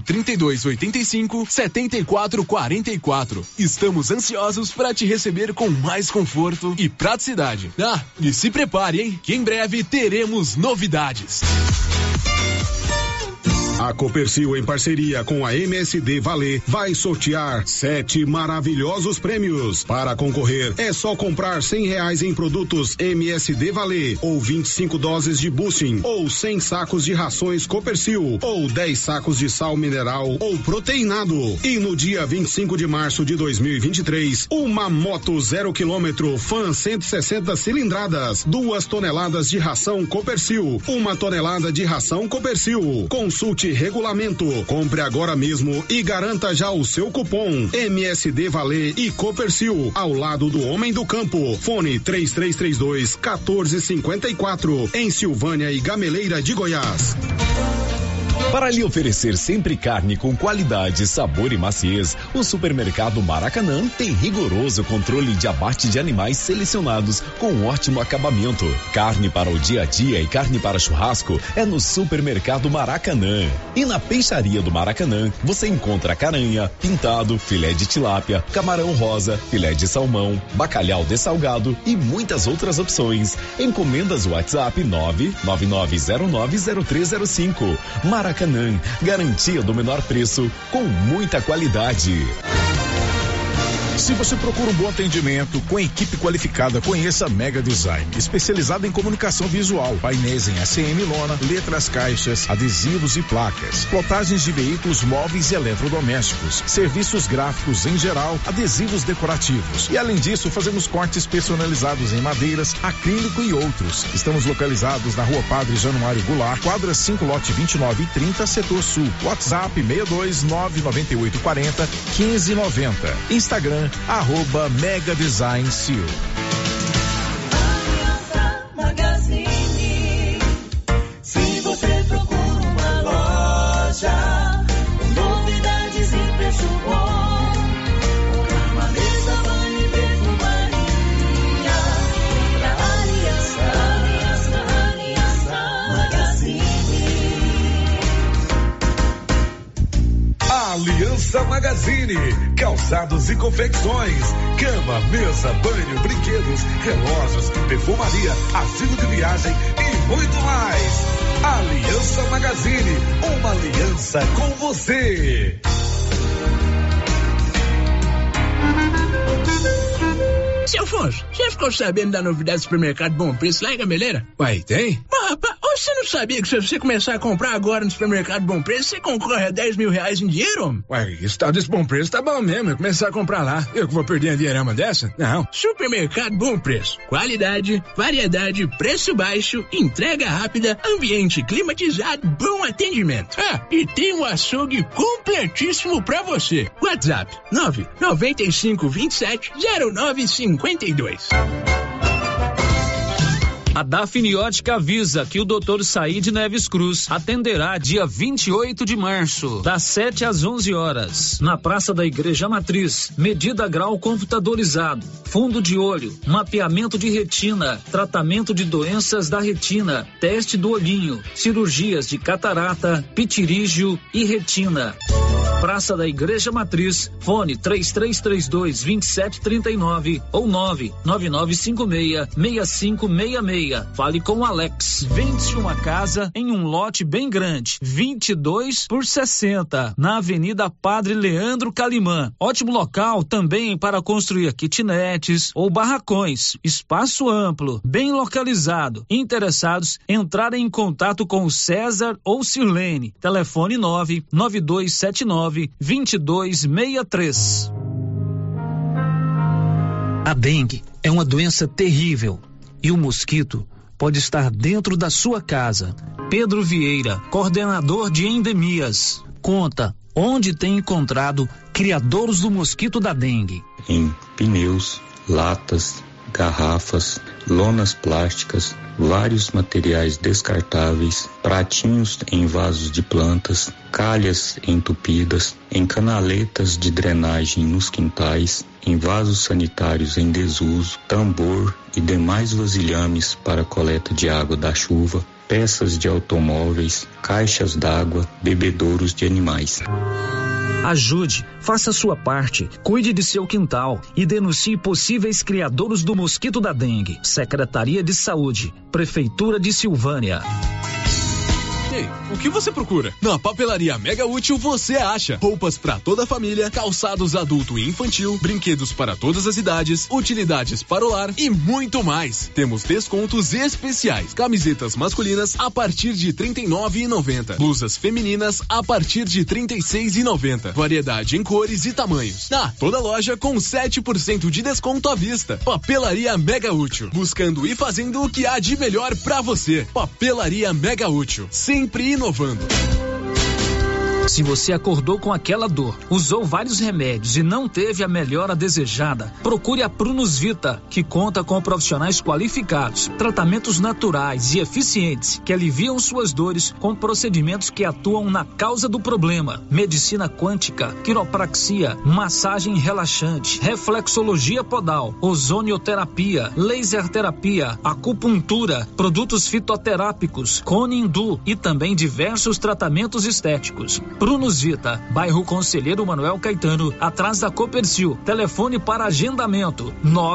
3285-7444. Estamos ansiosos para te receber com mais conforto e praticidade. E se prepare, hein? Que em breve teremos novidades. A Copercil, em parceria com a MSD Valer, vai sortear 7 maravilhosos prêmios. Para concorrer, é só comprar R$100 em produtos MSD Valer, ou 25 doses de boosting, ou 100 sacos de rações Copercil, ou 10 sacos de sal mineral ou proteinado. E no dia 25 de março de 2023, uma moto 0 km Fan 160 cilindradas, 2 toneladas de ração Copercil, 1 tonelada de ração Copercil. Consulte regulamento. Compre agora mesmo e garanta já o seu cupom MSD Valer e Copercil, ao lado do Homem do Campo. Fone 3332-1454, em Silvânia e Gameleira de Goiás. Para lhe oferecer sempre carne com qualidade, sabor e maciez, o Supermercado Maracanã tem rigoroso controle de abate de animais selecionados com ótimo acabamento. Carne para o dia a dia e carne para churrasco é no Supermercado Maracanã. E na Peixaria do Maracanã, você encontra caranha, pintado, filé de tilápia, camarão rosa, filé de salmão, bacalhau dessalgado e muitas outras opções. Encomendas WhatsApp 999090305. Maracanã, garantia do menor preço com muita qualidade. Se você procura um bom atendimento com equipe qualificada, conheça a Mega Design, especializada em comunicação visual, painéis em ACM lona, letras, caixas, adesivos e placas, plotagens de veículos móveis e eletrodomésticos, serviços gráficos em geral, adesivos decorativos. E além disso, fazemos cortes personalizados em madeiras, acrílico e outros. Estamos localizados na Rua Padre Januário Goulart, quadra 5, lote 29 e 30, setor sul. WhatsApp 62998401590. Instagram @Mega Design Sil. Se você procura uma loja, novidades e preço bom, cama, mesa, banho e perfumaria, pra Aliança Magazine. Aliança Magazine, calçados e confecções, cama, mesa, banho, brinquedos, relógios, perfumaria, asilo de viagem e muito mais. Aliança Magazine, uma aliança com você. Seu Afonso, você ficou sabendo da novidade do supermercado Bom Preço lá em Gameleira? Uai, tem? Rapaz, você não sabia que se você começar a comprar agora no supermercado Bom Preço, você concorre a R$10 mil em dinheiro? Uai, esse tal desse Bom Preço tá bom mesmo, eu começar a comprar lá. Eu que vou perder a dinheirama dessa? Não. Supermercado Bom Preço. Qualidade, variedade, preço baixo, entrega rápida, ambiente climatizado, bom atendimento. E tem um açougue completíssimo pra você. WhatsApp 995270952. A Dafniótica avisa que o Dr. Saíde Neves Cruz atenderá dia 28 de março, das 7 às 11 horas, na Praça da Igreja Matriz. Medida grau computadorizado, fundo de olho, mapeamento de retina, tratamento de doenças da retina, teste do olhinho, cirurgias de catarata, pitirígio e retina. Praça da Igreja Matriz, fone 3332-2739 ou 99956-6566. Fale com o Alex. Vende-se uma casa em um lote bem grande, 22 por 60, na Avenida Padre Leandro Calimã. Ótimo local também para construir kitnetes ou barracões. Espaço amplo, bem localizado. Interessados, entrarem em contato com o César ou Sirlene. Telefone 99279-2263. A dengue é uma doença terrível e o mosquito pode estar dentro da sua casa. Pedro Vieira, coordenador de endemias, conta onde tem encontrado criadouros do mosquito da dengue. Em pneus, latas, garrafas, lonas plásticas, vários materiais descartáveis, pratinhos em vasos de plantas, calhas entupidas, em canaletas de drenagem nos quintais, em vasos sanitários em desuso, tambor e demais vasilhames para coleta de água da chuva, peças de automóveis, caixas d'água, bebedouros de animais. Ajude, faça a sua parte, cuide de seu quintal e denuncie possíveis criadouros do mosquito da dengue. Secretaria de Saúde, Prefeitura de Silvânia. Ei, o que você procura? Na Papelaria Mega Útil você acha roupas para toda a família, calçados adulto e infantil, brinquedos para todas as idades, utilidades para o lar e muito mais. Temos descontos especiais. Camisetas masculinas a partir de R$ 39,90. Blusas femininas a partir de R$ 36,90. Variedade em cores e tamanhos. Toda loja com 7% de desconto à vista. Papelaria Mega Útil. Buscando e fazendo o que há de melhor para você. Papelaria Mega Útil. Sempre inovando. Se você acordou com aquela dor, usou vários remédios e não teve a melhora desejada, procure a Prunus Vita, que conta com profissionais qualificados, tratamentos naturais e eficientes que aliviam suas dores com procedimentos que atuam na causa do problema. Medicina quântica, quiropraxia, massagem relaxante, reflexologia podal, ozonioterapia, laser terapia, acupuntura, produtos fitoterápicos, cone hindu e também diversos tratamentos estéticos. Prunus Vita, bairro Conselheiro Manuel Caetano, atrás da Copercil. Telefone para agendamento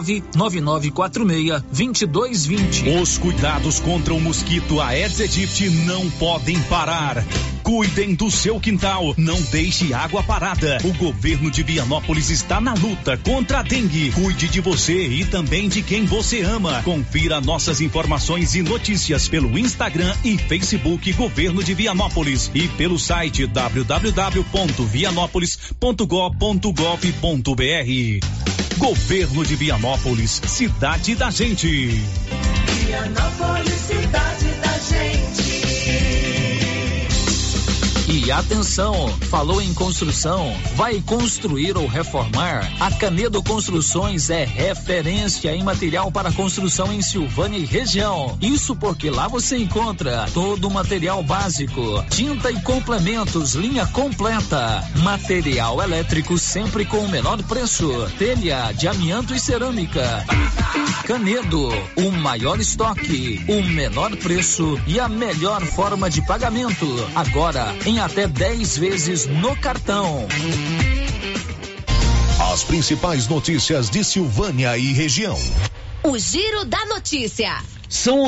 99946-2220. Os cuidados contra o mosquito Aedes aegypti não podem parar. Cuidem do seu quintal, não deixe água parada. O governo de Vianópolis está na luta contra a dengue. Cuide de você e também de quem você ama. Confira nossas informações e notícias pelo Instagram e Facebook Governo de Vianópolis e pelo site www.vianópolis.gov.br. Governo de Vianópolis, cidade da gente. Vianópolis, cidade da gente. E atenção, falou em construção, vai construir ou reformar? A Canedo Construções é referência em material para construção em Silvânia e região. Isso porque lá você encontra todo o material básico, tinta e complementos, linha completa, material elétrico sempre com o menor preço, telha de amianto e cerâmica. Canedo, o maior estoque, o menor preço e a melhor forma de pagamento. Agora em até 10 vezes no cartão. As principais notícias de Silvânia e região. O Giro da Notícia. São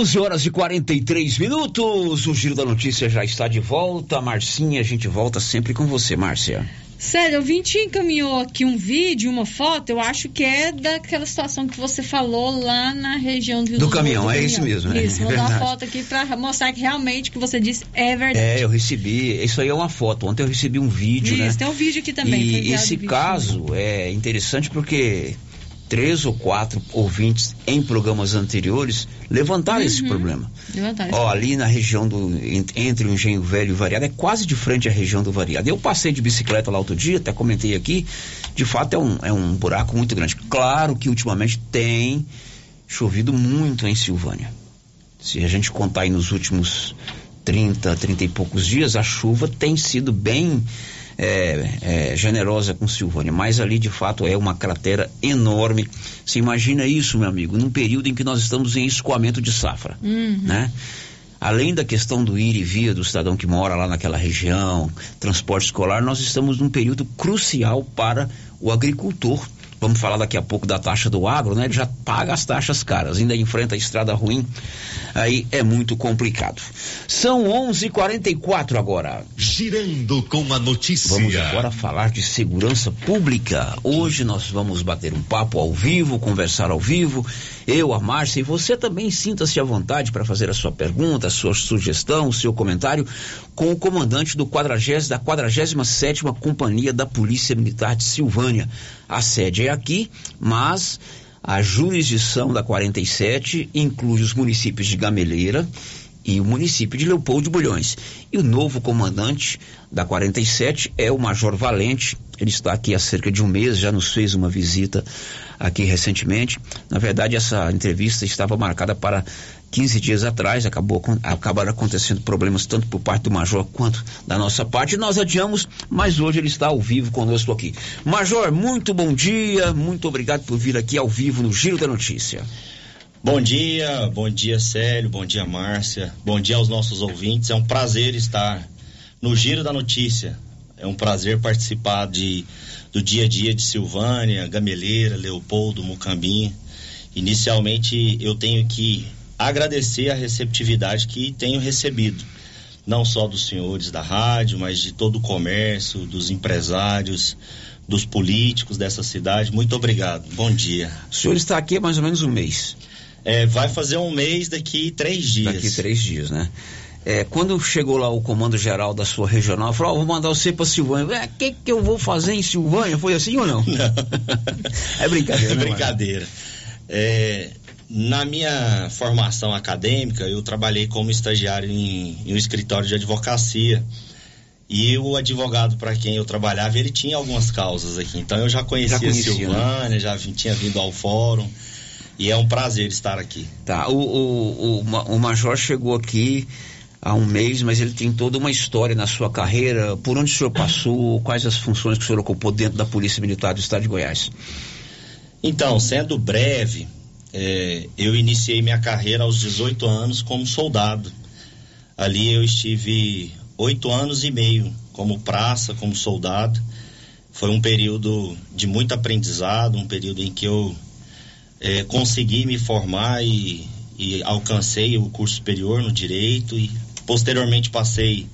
11h43. O Giro da Notícia já está de volta. Marcinha, a gente volta sempre com você, Márcia. Sério, o Vinti encaminhou aqui um vídeo, uma foto, eu acho que é daquela situação que você falou lá na região do caminhão, é isso mesmo, né? Isso, vou dar uma foto aqui pra mostrar que realmente o que você disse é verdade. Eu recebi, isso aí é uma foto, ontem eu recebi um vídeo, isso, né? Tem um vídeo aqui também. E esse caso é interessante porque 3 ou 4 ouvintes em programas anteriores levantaram esse problema. Ali na região entre o Engenho Velho e o Variado, é quase de frente à região do Variado. Eu passei de bicicleta lá outro dia, até comentei aqui, de fato é um buraco muito grande. Claro que ultimamente tem chovido muito em Silvânia. Se a gente contar aí nos últimos 30 e poucos dias, a chuva tem sido bem generosa com Silvânia, mas ali de fato é uma cratera enorme. Você imagina isso, meu amigo, num período em que nós estamos em escoamento de safra, né? além da questão do ir e vir do cidadão que mora lá naquela região, transporte escolar, nós estamos num período crucial para o agricultor. Vamos falar daqui a pouco da taxa do agro, né? Ele já paga as taxas caras, ainda enfrenta a estrada ruim, aí é muito complicado. São 11h44 agora. Girando com a notícia. Vamos agora falar de segurança pública. Hoje nós vamos bater um papo ao vivo, conversar ao vivo. Eu, a Márcia, e você também sinta-se à vontade para fazer a sua pergunta, a sua sugestão, o seu comentário com o comandante da 47ª Companhia da Polícia Militar de Silvânia. A sede é aqui, mas a jurisdição da 47 inclui os municípios de Gameleira e o município de Leopoldo de Bulhões. E o novo comandante da 47 é o Major Valente. Ele está aqui há cerca de um mês, já nos fez uma visita aqui recentemente. Na verdade, essa entrevista estava marcada para 15 dias atrás, acabaram acontecendo problemas tanto por parte do Major quanto da nossa parte. Nós adiamos, mas hoje ele está ao vivo conosco aqui. Major, muito bom dia, muito obrigado por vir aqui ao vivo no Giro da Notícia. Bom dia Célio, bom dia Márcia, bom dia aos nossos ouvintes. É um prazer estar no Giro da Notícia. É um prazer participar do dia a dia de Silvânia, Gameleira, Leopoldo, Mucambinha. Inicialmente eu tenho que agradecer a receptividade que tenho recebido, não só dos senhores da rádio, mas de todo o comércio, dos empresários, dos políticos dessa cidade. Muito obrigado, bom dia. O senhor está aqui há mais ou menos um mês. Vai fazer um mês daqui 3 dias. Daqui 3 dias, né? Quando chegou lá o comando geral da sua regional, falou, vou mandar você para Silvânia. O que eu vou fazer em Silvânia? Foi assim ou não? Não. É brincadeira, né? É brincadeira. Na minha formação acadêmica, eu trabalhei como estagiário em um escritório de advocacia. E o advogado para quem eu trabalhava, ele tinha algumas causas aqui. Então eu já conhecia Silvânia, né? Já tinha vindo ao fórum. E é um prazer estar aqui. Tá, o Major chegou aqui há um mês, mas ele tem toda uma história na sua carreira. Por onde o senhor passou? Quais as funções que o senhor ocupou dentro da Polícia Militar do Estado de Goiás? Então, sendo breve, eu iniciei minha carreira aos 18 anos como soldado. Ali eu estive 8 anos e meio como praça, como soldado. Foi um período de muito aprendizado, um período em que eu consegui me formar e alcancei o curso superior no direito e posteriormente passei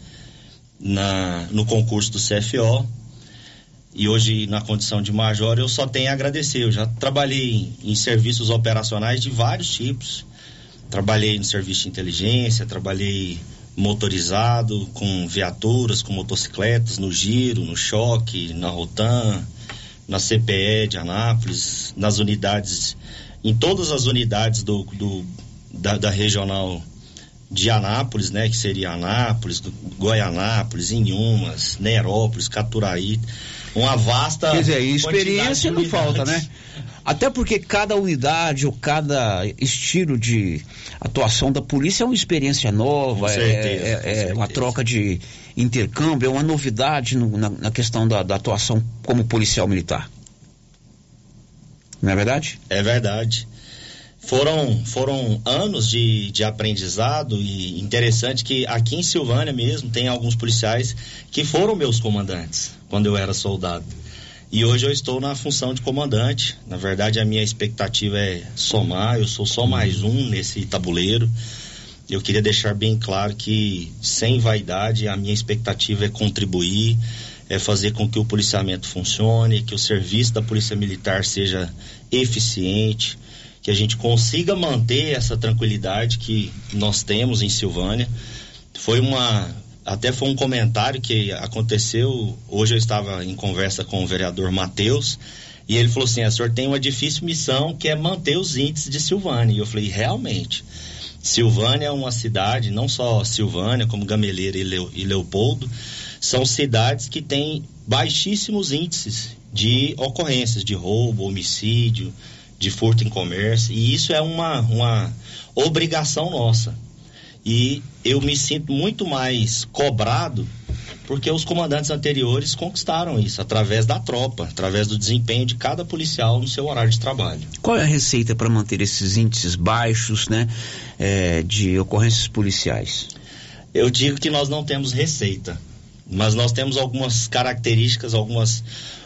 no concurso do CFO. E hoje, na condição de major, eu só tenho a agradecer. Eu já trabalhei em serviços operacionais de vários tipos. Trabalhei no serviço de inteligência, trabalhei motorizado, com viaturas, com motocicletas, no Giro, no Choque, na Rotan, na CPE de Anápolis, nas unidades, em todas as unidades da regional de Anápolis, né? Que seria Anápolis, Goianápolis, Inhumas, Nerópolis, Caturaí. Uma vasta... Quer dizer, experiência não falta, né? Até porque cada unidade ou cada estilo de atuação da polícia é uma experiência nova, com certeza. Uma troca de intercâmbio, é uma novidade na questão da atuação como policial militar. Não é verdade? É verdade. Foram anos de aprendizado e interessante que aqui em Silvânia mesmo tem alguns policiais que foram meus comandantes quando eu era soldado. E hoje eu estou na função de comandante. Na verdade, a minha expectativa é somar, eu sou só mais um nesse tabuleiro. Eu queria deixar bem claro que, sem vaidade, a minha expectativa é contribuir, é fazer com que o policiamento funcione, que o serviço da Polícia Militar seja eficiente, que a gente consiga manter essa tranquilidade que nós temos em Silvânia. Até foi um comentário que aconteceu, hoje eu estava em conversa com o vereador Matheus, e ele falou assim, o senhor tem uma difícil missão que é manter os índices de Silvânia. E eu falei, realmente, Silvânia é uma cidade, não só Silvânia, como Gameleira e Leopoldo, são cidades que têm baixíssimos índices de ocorrências de roubo, homicídio, de furto em comércio, e isso é uma obrigação nossa. E eu me sinto muito mais cobrado porque os comandantes anteriores conquistaram isso através da tropa, através do desempenho de cada policial no seu horário de trabalho. Qual é a receita para manter esses índices baixos, né, de ocorrências policiais? Eu digo que nós não temos receita, mas nós temos algumas características, algumas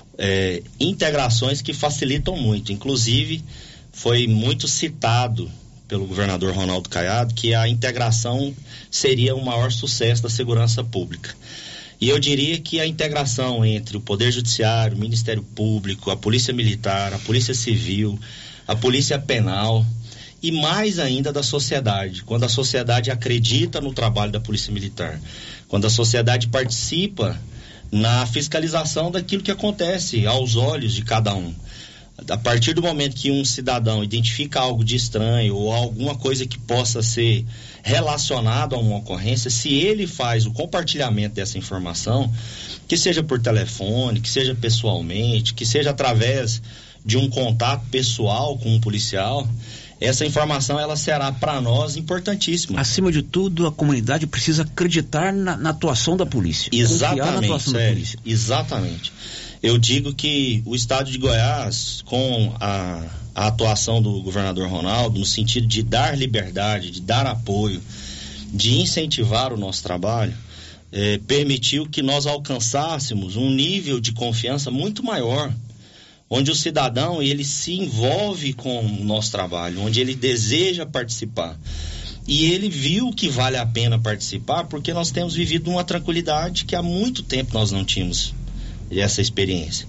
integrações que facilitam muito. Inclusive, foi muito citado pelo governador Ronaldo Caiado que a integração seria o maior sucesso da segurança pública. E eu diria que a integração entre o Poder Judiciário, o Ministério Público, a Polícia Militar, a Polícia Civil, a Polícia Penal e mais ainda da sociedade, quando a sociedade acredita no trabalho da Polícia Militar, quando a sociedade participa na fiscalização daquilo que acontece aos olhos de cada um. A partir do momento que um cidadão identifica algo de estranho ou alguma coisa que possa ser relacionado a uma ocorrência, se ele faz o compartilhamento dessa informação, que seja por telefone, que seja pessoalmente, que seja através de um contato pessoal com um policial, essa informação ela será para nós importantíssima. Acima de tudo, a comunidade precisa acreditar na atuação da polícia. Exatamente, confiar na atuação da polícia. Exatamente. Eu digo que o estado de Goiás, com a atuação do governador Ronaldo, no sentido de dar liberdade, de dar apoio, de incentivar o nosso trabalho, permitiu que nós alcançássemos um nível de confiança muito maior, onde o cidadão ele se envolve com o nosso trabalho, onde ele deseja participar. E ele viu que vale a pena participar porque nós temos vivido uma tranquilidade que há muito tempo nós não tínhamos essa experiência.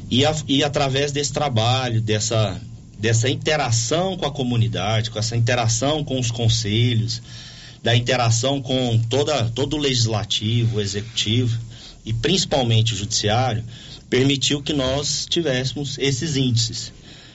E através desse trabalho, dessa interação com a comunidade, com essa interação com os conselhos, da interação com todo o legislativo, o executivo e principalmente o judiciário, permitiu que nós tivéssemos esses índices.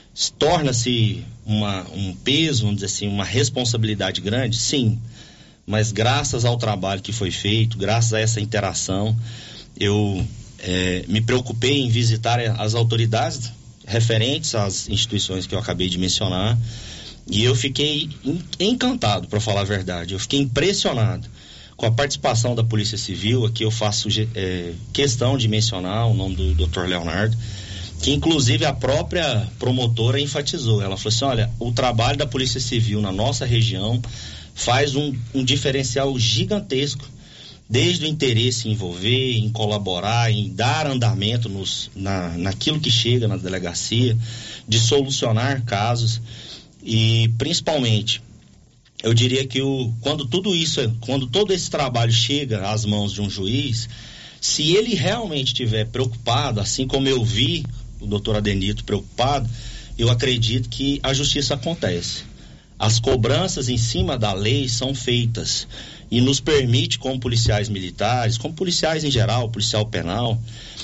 Torna-se um peso, vamos dizer assim, uma responsabilidade grande? Sim, mas graças ao trabalho que foi feito, graças a essa interação, eu me preocupei em visitar as autoridades referentes às instituições que eu acabei de mencionar e eu fiquei encantado, para falar a verdade. Eu fiquei impressionado com a participação da Polícia Civil. Aqui eu faço questão de mencionar o nome do Dr. Leonardo, que inclusive a própria promotora enfatizou. Ela falou assim: olha, o trabalho da Polícia Civil na nossa região faz um diferencial gigantesco, desde o interesse em envolver, em colaborar, em dar andamento naquilo que chega na delegacia, de solucionar casos e principalmente eu diria que quando todo esse trabalho chega às mãos de um juiz, se ele realmente estiver preocupado, assim como eu vi o doutor Adenito preocupado, eu acredito que a justiça acontece. As cobranças em cima da lei são feitas e nos permite, como policiais militares, como policiais em geral, policial penal,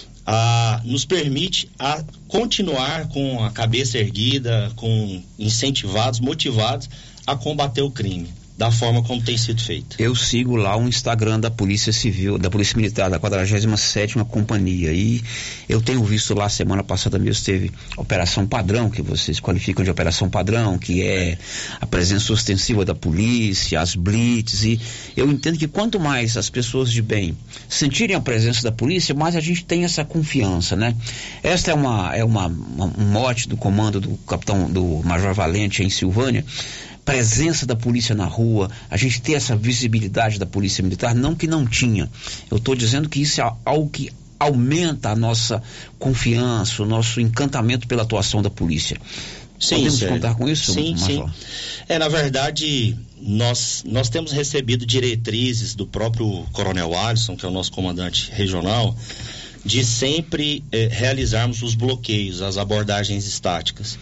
nos permite a continuar com a cabeça erguida, com incentivados, motivados a combater o crime, da forma como tem sido feito. Eu sigo lá o Instagram da Polícia Civil, da Polícia Militar, da 47ª Companhia, e eu tenho visto lá, semana passada mesmo teve Operação Padrão, que vocês qualificam de Operação Padrão, que é a presença ostensiva da polícia, as blitz, e eu entendo que quanto mais as pessoas de bem sentirem a presença da polícia, mais a gente tem essa confiança, né? Esta é um mote do comando do Major Valente em Silvânia, presença da polícia na rua, a gente ter essa visibilidade da polícia militar, não que não tinha. Eu estou dizendo que isso é algo que aumenta a nossa confiança, o nosso encantamento pela atuação da polícia. Sim, podemos contar com isso, Major? Sim. Na verdade, nós temos recebido diretrizes do próprio Coronel Alisson, que é o nosso comandante regional, de sempre realizarmos os bloqueios, as abordagens estáticas.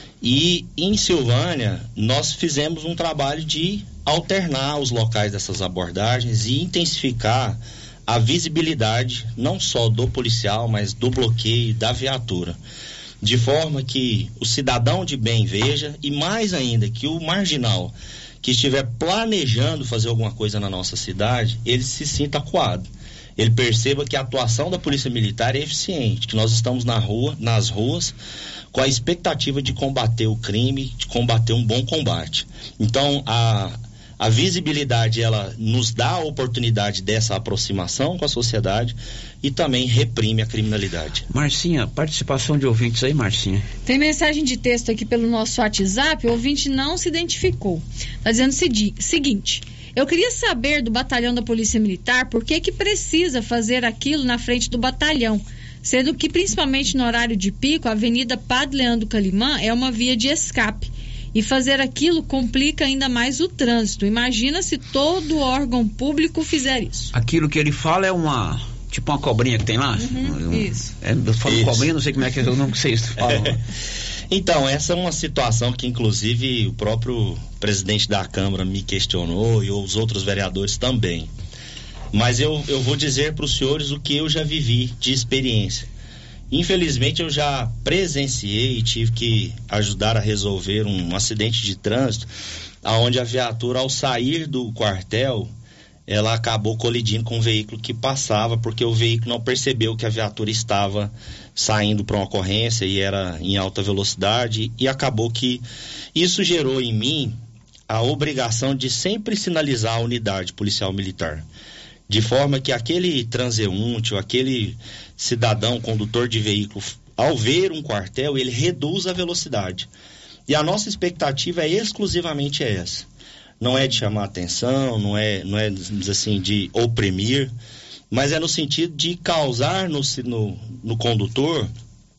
E em Silvânia nós fizemos um trabalho de alternar os locais dessas abordagens e intensificar a visibilidade não só do policial, mas do bloqueio, da viatura, de forma que o cidadão de bem veja, e mais ainda que o marginal que estiver planejando fazer alguma coisa na nossa cidade, ele se sinta acuado, ele perceba que a atuação da Polícia Militar é eficiente, que nós estamos nas ruas com a expectativa de combater o crime, de combater um bom combate. Então, A visibilidade, ela nos dá a oportunidade dessa aproximação com a sociedade e também reprime a criminalidade. Marcinha, participação de ouvintes aí, Marcinha. Tem mensagem de texto aqui pelo nosso WhatsApp, o ouvinte não se identificou. Está dizendo o seguinte: eu queria saber do batalhão da Polícia Militar por que precisa fazer aquilo na frente do batalhão, sendo que principalmente no horário de pico, a Avenida Padre Leandro Calimã é uma via de escape. E fazer aquilo complica ainda mais o trânsito. Imagina se todo órgão público fizer isso. Aquilo que ele fala é uma... tipo uma cobrinha que tem lá? Isso. Eu falo cobrinha, não sei como é que eu não sei se fala. Então, essa é uma situação que inclusive o próprio presidente da Câmara me questionou e os outros vereadores também. Mas eu vou dizer para os senhores o que eu já vivi de experiência. Infelizmente eu já presenciei e tive que ajudar a resolver um acidente de trânsito, onde a viatura, ao sair do quartel, ela acabou colidindo com um veículo que passava, porque o veículo não percebeu que a viatura estava saindo para uma ocorrência e era em alta velocidade, e acabou que isso gerou em mim a obrigação de sempre sinalizar a unidade policial militar, de forma que aquele transeunte ou aquele cidadão condutor de veículo, ao ver um quartel, ele reduz a velocidade. E a nossa expectativa é exclusivamente essa. Não é de chamar atenção, não é assim, de oprimir, mas é no sentido de causar no condutor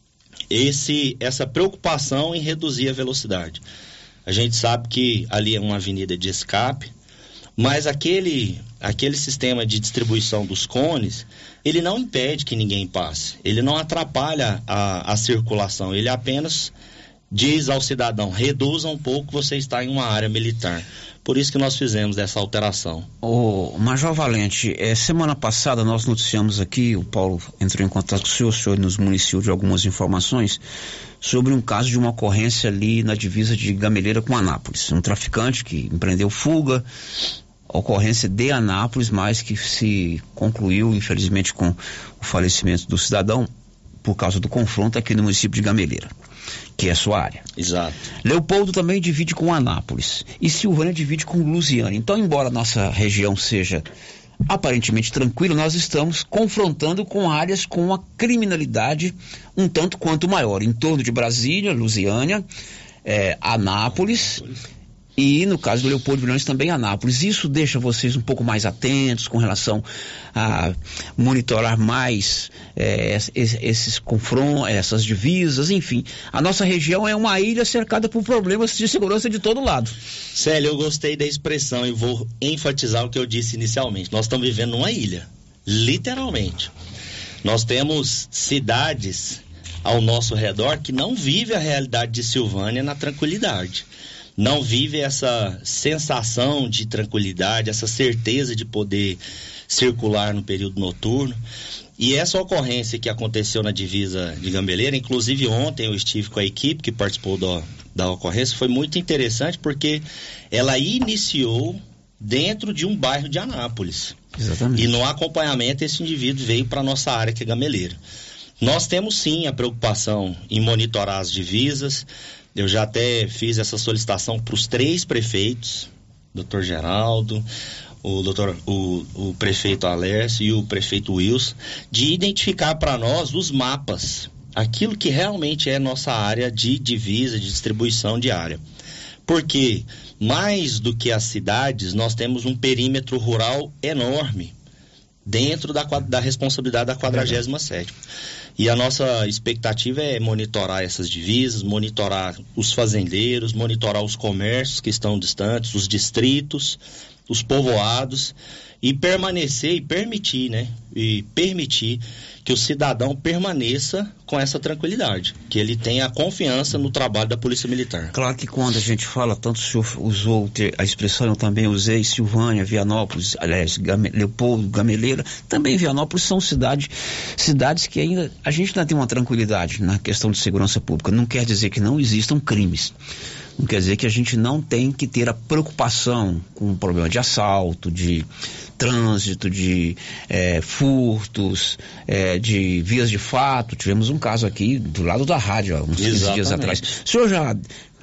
essa preocupação em reduzir a velocidade. A gente sabe que ali é uma avenida de escape, mas aquele sistema de distribuição dos cones, ele não impede que ninguém passe, ele não atrapalha a circulação, ele apenas diz ao cidadão: reduza um pouco, você está em uma área militar. Por isso que nós fizemos essa alteração. Major Valente, semana passada nós noticiamos aqui, o Paulo entrou em contato com o senhor nos municiou de algumas informações sobre um caso de uma ocorrência ali na divisa de Gameleira com Anápolis. Um traficante que empreendeu fuga, ocorrência de Anápolis, mas que se concluiu, infelizmente, com o falecimento do cidadão por causa do confronto aqui no município de Gameleira, que é a sua área. Exato. Leopoldo também divide com Anápolis e Silvânia divide com Lusiânia. Então, embora a nossa região seja aparentemente tranquila, nós estamos confrontando com áreas com uma criminalidade um tanto quanto maior, em torno de Brasília, Lusiânia, Anápolis e, no caso do Leopoldo Vilhões, também Anápolis. Isso deixa vocês um pouco mais atentos com relação a monitorar mais esses confrontos, essas divisas, enfim. A nossa região é uma ilha cercada por problemas de segurança de todo lado. Célio, eu gostei da expressão e vou enfatizar o que eu disse inicialmente. Nós estamos vivendo numa ilha, literalmente. Nós temos cidades ao nosso redor que não vivem a realidade de Silvânia na tranquilidade. Não vive essa sensação de tranquilidade, essa certeza de poder circular no período noturno. E essa ocorrência que aconteceu na divisa de Gameleira, inclusive ontem eu estive com a equipe que participou da ocorrência, foi muito interessante porque ela iniciou dentro de um bairro de Anápolis. Exatamente. E no acompanhamento esse indivíduo veio para a nossa área, que é Gameleira. Nós temos sim a preocupação em monitorar as divisas. Eu já até fiz essa solicitação para os 3 prefeitos, Dr. Geraldo, o prefeito Alércio e o prefeito Wilson, de identificar para nós os mapas, aquilo que realmente é nossa área de divisa, de distribuição diária. Porque, mais do que as cidades, nós temos um perímetro rural enorme dentro da responsabilidade da 47ª. E a nossa expectativa é monitorar essas divisas, monitorar os fazendeiros, monitorar os comércios que estão distantes, os distritos, os povoados, e permanecer e permitir, permitir que o cidadão permaneça com essa tranquilidade, que ele tenha a confiança no trabalho da Polícia Militar. Claro que quando a gente fala, tanto o senhor usou a expressão, eu também usei, Silvânia, Vianópolis, aliás, Leopoldo, Gameleira, também Vianópolis são cidades que a gente ainda tem uma tranquilidade na questão de segurança pública. Não quer dizer que não existam crimes. Não quer dizer que a gente não tem que ter a preocupação com o problema de assalto, de trânsito, de furtos, de vias de fato. Tivemos um caso aqui do lado da rádio, uns 15 dias atrás. O senhor já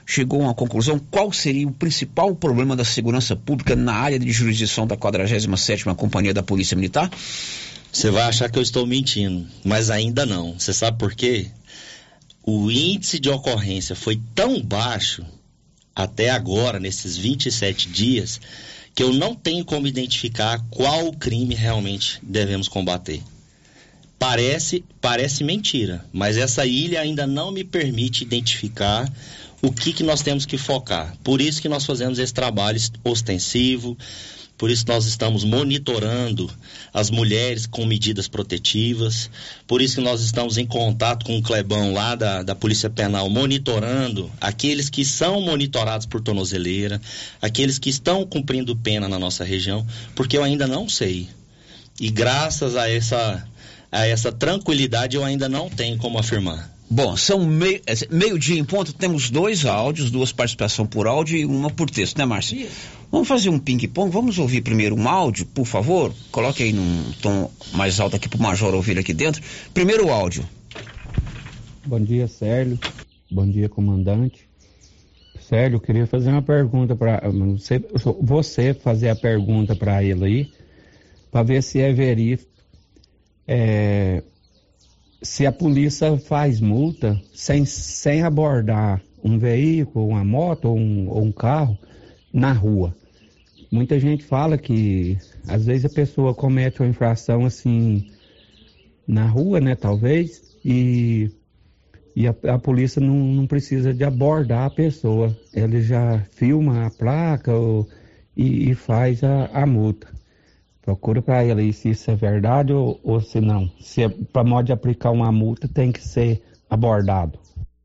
chegou a uma conclusão. Qual seria o principal problema da segurança pública na área de jurisdição da 47ª Companhia da Polícia Militar? Você vai achar que eu estou mentindo, mas ainda não. Você sabe por quê? O índice de ocorrência foi tão baixo até agora, nesses 27 dias, que eu não tenho como identificar qual crime realmente devemos combater. Parece mentira, mas essa ilha ainda não me permite identificar o que nós temos que focar. Por isso que nós fazemos esse trabalho ostensivo, por isso nós estamos monitorando as mulheres com medidas protetivas, por isso que nós estamos em contato com o Clebão lá da Polícia Penal, monitorando aqueles que são monitorados por tornozeleira, aqueles que estão cumprindo pena na nossa região, porque eu ainda não sei. E graças a essa tranquilidade eu ainda não tenho como afirmar. Bom, são meio-dia em ponto, temos 2 áudios, 2 participações por áudio e uma por texto, né, Márcia? Vamos fazer um ping-pong, vamos ouvir primeiro um áudio, por favor? Coloque aí num tom mais alto aqui pro Major ouvir aqui dentro. Primeiro áudio. Bom dia, Célio. Bom dia, comandante. Célio, eu queria fazer uma pergunta para você fazer a pergunta para ele aí, para ver se é verídico. Se a polícia faz multa sem abordar um veículo, uma moto ou um carro na rua. Muita gente fala que às vezes a pessoa comete uma infração assim na rua, né, talvez, e a polícia não precisa de abordar a pessoa. Ele já filma a placa e faz a multa. Procura para ele aí se isso é verdade ou se não. Se é para modo de aplicar uma multa, tem que ser abordado.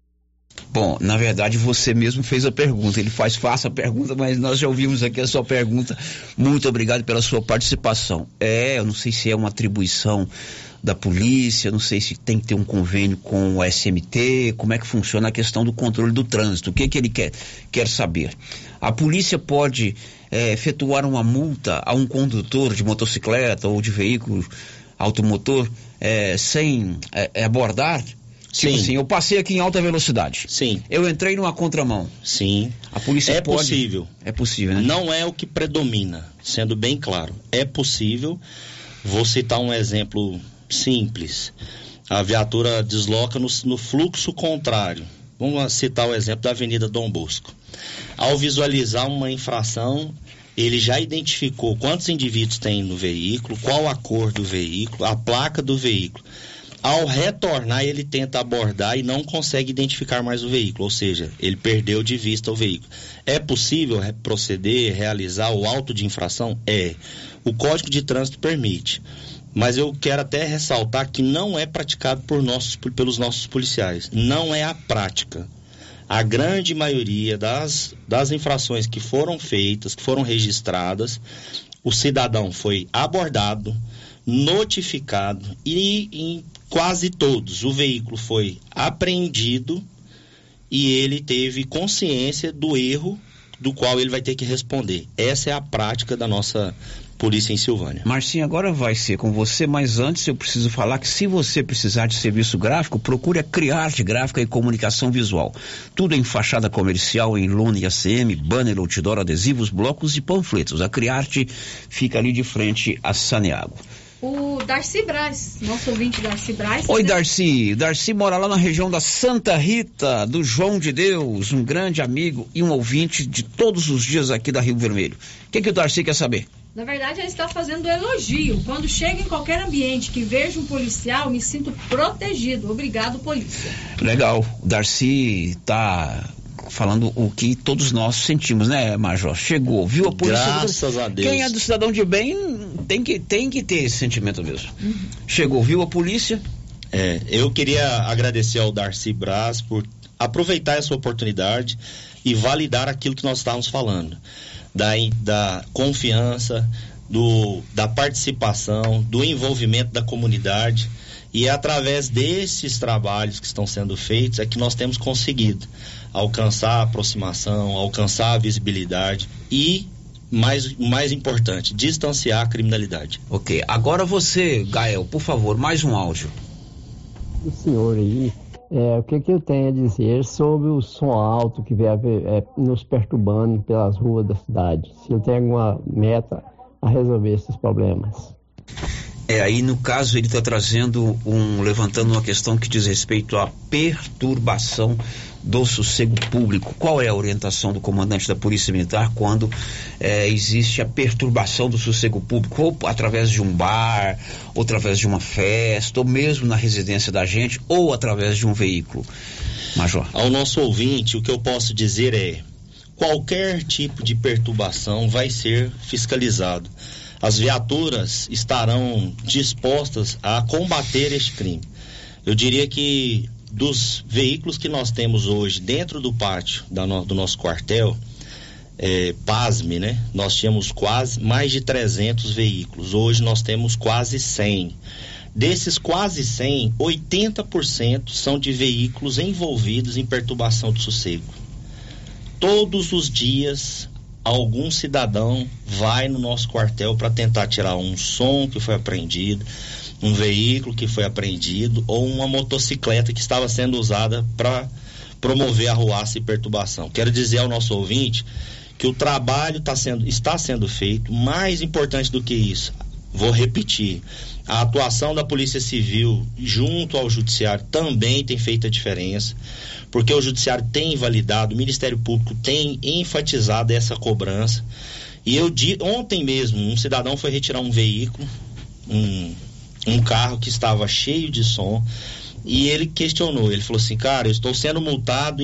Bom, na verdade você mesmo fez a pergunta. Ele faça a pergunta, mas nós já ouvimos aqui a sua pergunta. Muito obrigado pela sua participação. Eu não sei se é uma atribuição da polícia, não sei se tem que ter um convênio com o SMT, como é que funciona a questão do controle do trânsito, o que ele quer saber. A polícia pode efetuar uma multa a um condutor de motocicleta ou de veículo automotor sem abordar? Tipo assim, eu passei aqui em alta velocidade. Sim. Eu entrei numa contramão. Sim. A polícia pode... possível. É possível, né? Não é o que predomina, sendo bem claro. É possível. Vou citar um exemplo simples. A viatura desloca no fluxo contrário. Vamos citar o exemplo da Avenida Dom Bosco. Ao visualizar uma infração, ele já identificou quantos indivíduos tem no veículo, qual a cor do veículo, a placa do veículo. Ao retornar, ele tenta abordar e não consegue identificar mais o veículo, ou seja, ele perdeu de vista o veículo. É possível proceder, realizar o auto de infração? É. O Código de Trânsito permite. Mas eu quero até ressaltar que não é praticado pelos nossos policiais. Não é a prática. A grande maioria das infrações que foram feitas, que foram registradas, o cidadão foi abordado, notificado e em quase todos o veículo foi apreendido e ele teve consciência do erro do qual ele vai ter que responder. Essa é a prática da nossa polícia em Silvânia. Marcinho, agora vai ser com você, mas antes eu preciso falar que se você precisar de serviço gráfico, procure a Criarte Gráfica e Comunicação Visual. Tudo em fachada comercial, em lona e ACM, banner, outdoor, adesivos, blocos e panfletos. A Criarte fica ali de frente a Saneago. O Darcy Braz, nosso ouvinte Darcy Braz. Oi, Darcy. Darcy mora lá na região da Santa Rita, do João de Deus, um grande amigo e um ouvinte de todos os dias aqui da Rio Vermelho. O que o Darcy quer saber? Na verdade, ele está fazendo elogio. Quando chega em qualquer ambiente que vejo um policial, me sinto protegido. Obrigado, polícia. Legal. O Darcy está falando o que todos nós sentimos, né, Major? Chegou, viu a polícia. Graças a Deus. Quem é do cidadão de bem tem que ter esse sentimento mesmo. Uhum. Chegou, viu a polícia. Eu queria agradecer ao Darcy Braz por aproveitar essa oportunidade e validar aquilo que nós estávamos falando. Da confiança, da participação, do envolvimento da comunidade, e é através desses trabalhos que estão sendo feitos é que nós temos conseguido alcançar a aproximação, alcançar a visibilidade e, mais importante, distanciar a criminalidade. Ok, agora você, Gael, por favor, mais um áudio. O senhor aí O que eu tenho a dizer sobre o som alto que vem nos perturbando pelas ruas da cidade? Se ele tem alguma meta a resolver esses problemas. Aí no caso ele está levantando uma questão que diz respeito à perturbação do sossego público. Qual é a orientação do comandante da Polícia Militar quando existe a perturbação do sossego público, ou através de um bar, ou através de uma festa, ou mesmo na residência da gente, ou através de um veículo? Major. Ao nosso ouvinte, o que eu posso dizer é: qualquer tipo de perturbação vai ser fiscalizado. As viaturas estarão dispostas a combater este crime. Eu diria que dos veículos que nós temos hoje dentro do pátio do nosso quartel, pasme, né? Nós tínhamos quase mais de 300 veículos. Hoje nós temos quase 100. Desses quase 100, 80% são de veículos envolvidos em perturbação do sossego. Todos os dias algum cidadão vai no nosso quartel para tentar tirar um som que foi apreendido, um veículo que foi apreendido ou uma motocicleta que estava sendo usada para promover arruaça e perturbação. Quero dizer ao nosso ouvinte que o trabalho está sendo feito. Mais importante do que isso, vou repetir, a atuação da Polícia Civil junto ao Judiciário também tem feito a diferença, porque o Judiciário tem validado, o Ministério Público tem enfatizado essa cobrança. E ontem mesmo, um cidadão foi retirar um veículo, um carro que estava cheio de som, e ele questionou, ele falou assim: cara, eu estou sendo multado em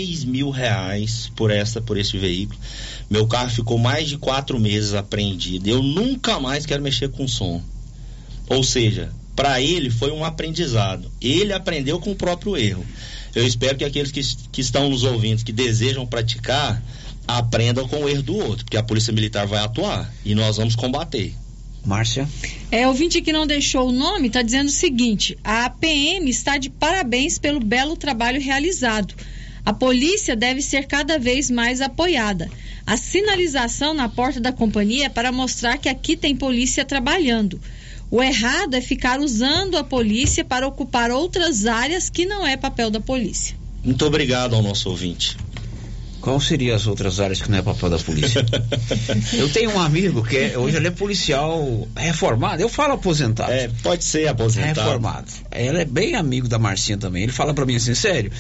R$6.000 por esse veículo, meu carro ficou mais de 4 meses apreendido, eu nunca mais quero mexer com som. Ou seja, para ele foi um aprendizado, ele aprendeu com o próprio erro. Eu espero que aqueles que estão nos ouvindo, que desejam praticar, aprendam com o erro do outro, porque a Polícia Militar vai atuar e nós vamos combater. Márcia? Ouvinte que não deixou o nome está dizendo o seguinte: a PM está de parabéns pelo belo trabalho realizado. A polícia deve ser cada vez mais apoiada. A sinalização na porta da companhia é para mostrar que aqui tem polícia trabalhando. O errado é ficar usando a polícia para ocupar outras áreas que não é papel da polícia. Muito obrigado ao nosso ouvinte. Qual seriam as outras áreas que não é papel da polícia? Eu tenho um amigo que hoje ele é policial reformado, eu falo aposentado. Pode ser aposentado. Reformado. Ele é bem amigo da Marcinha também. Ele fala pra mim assim: sério,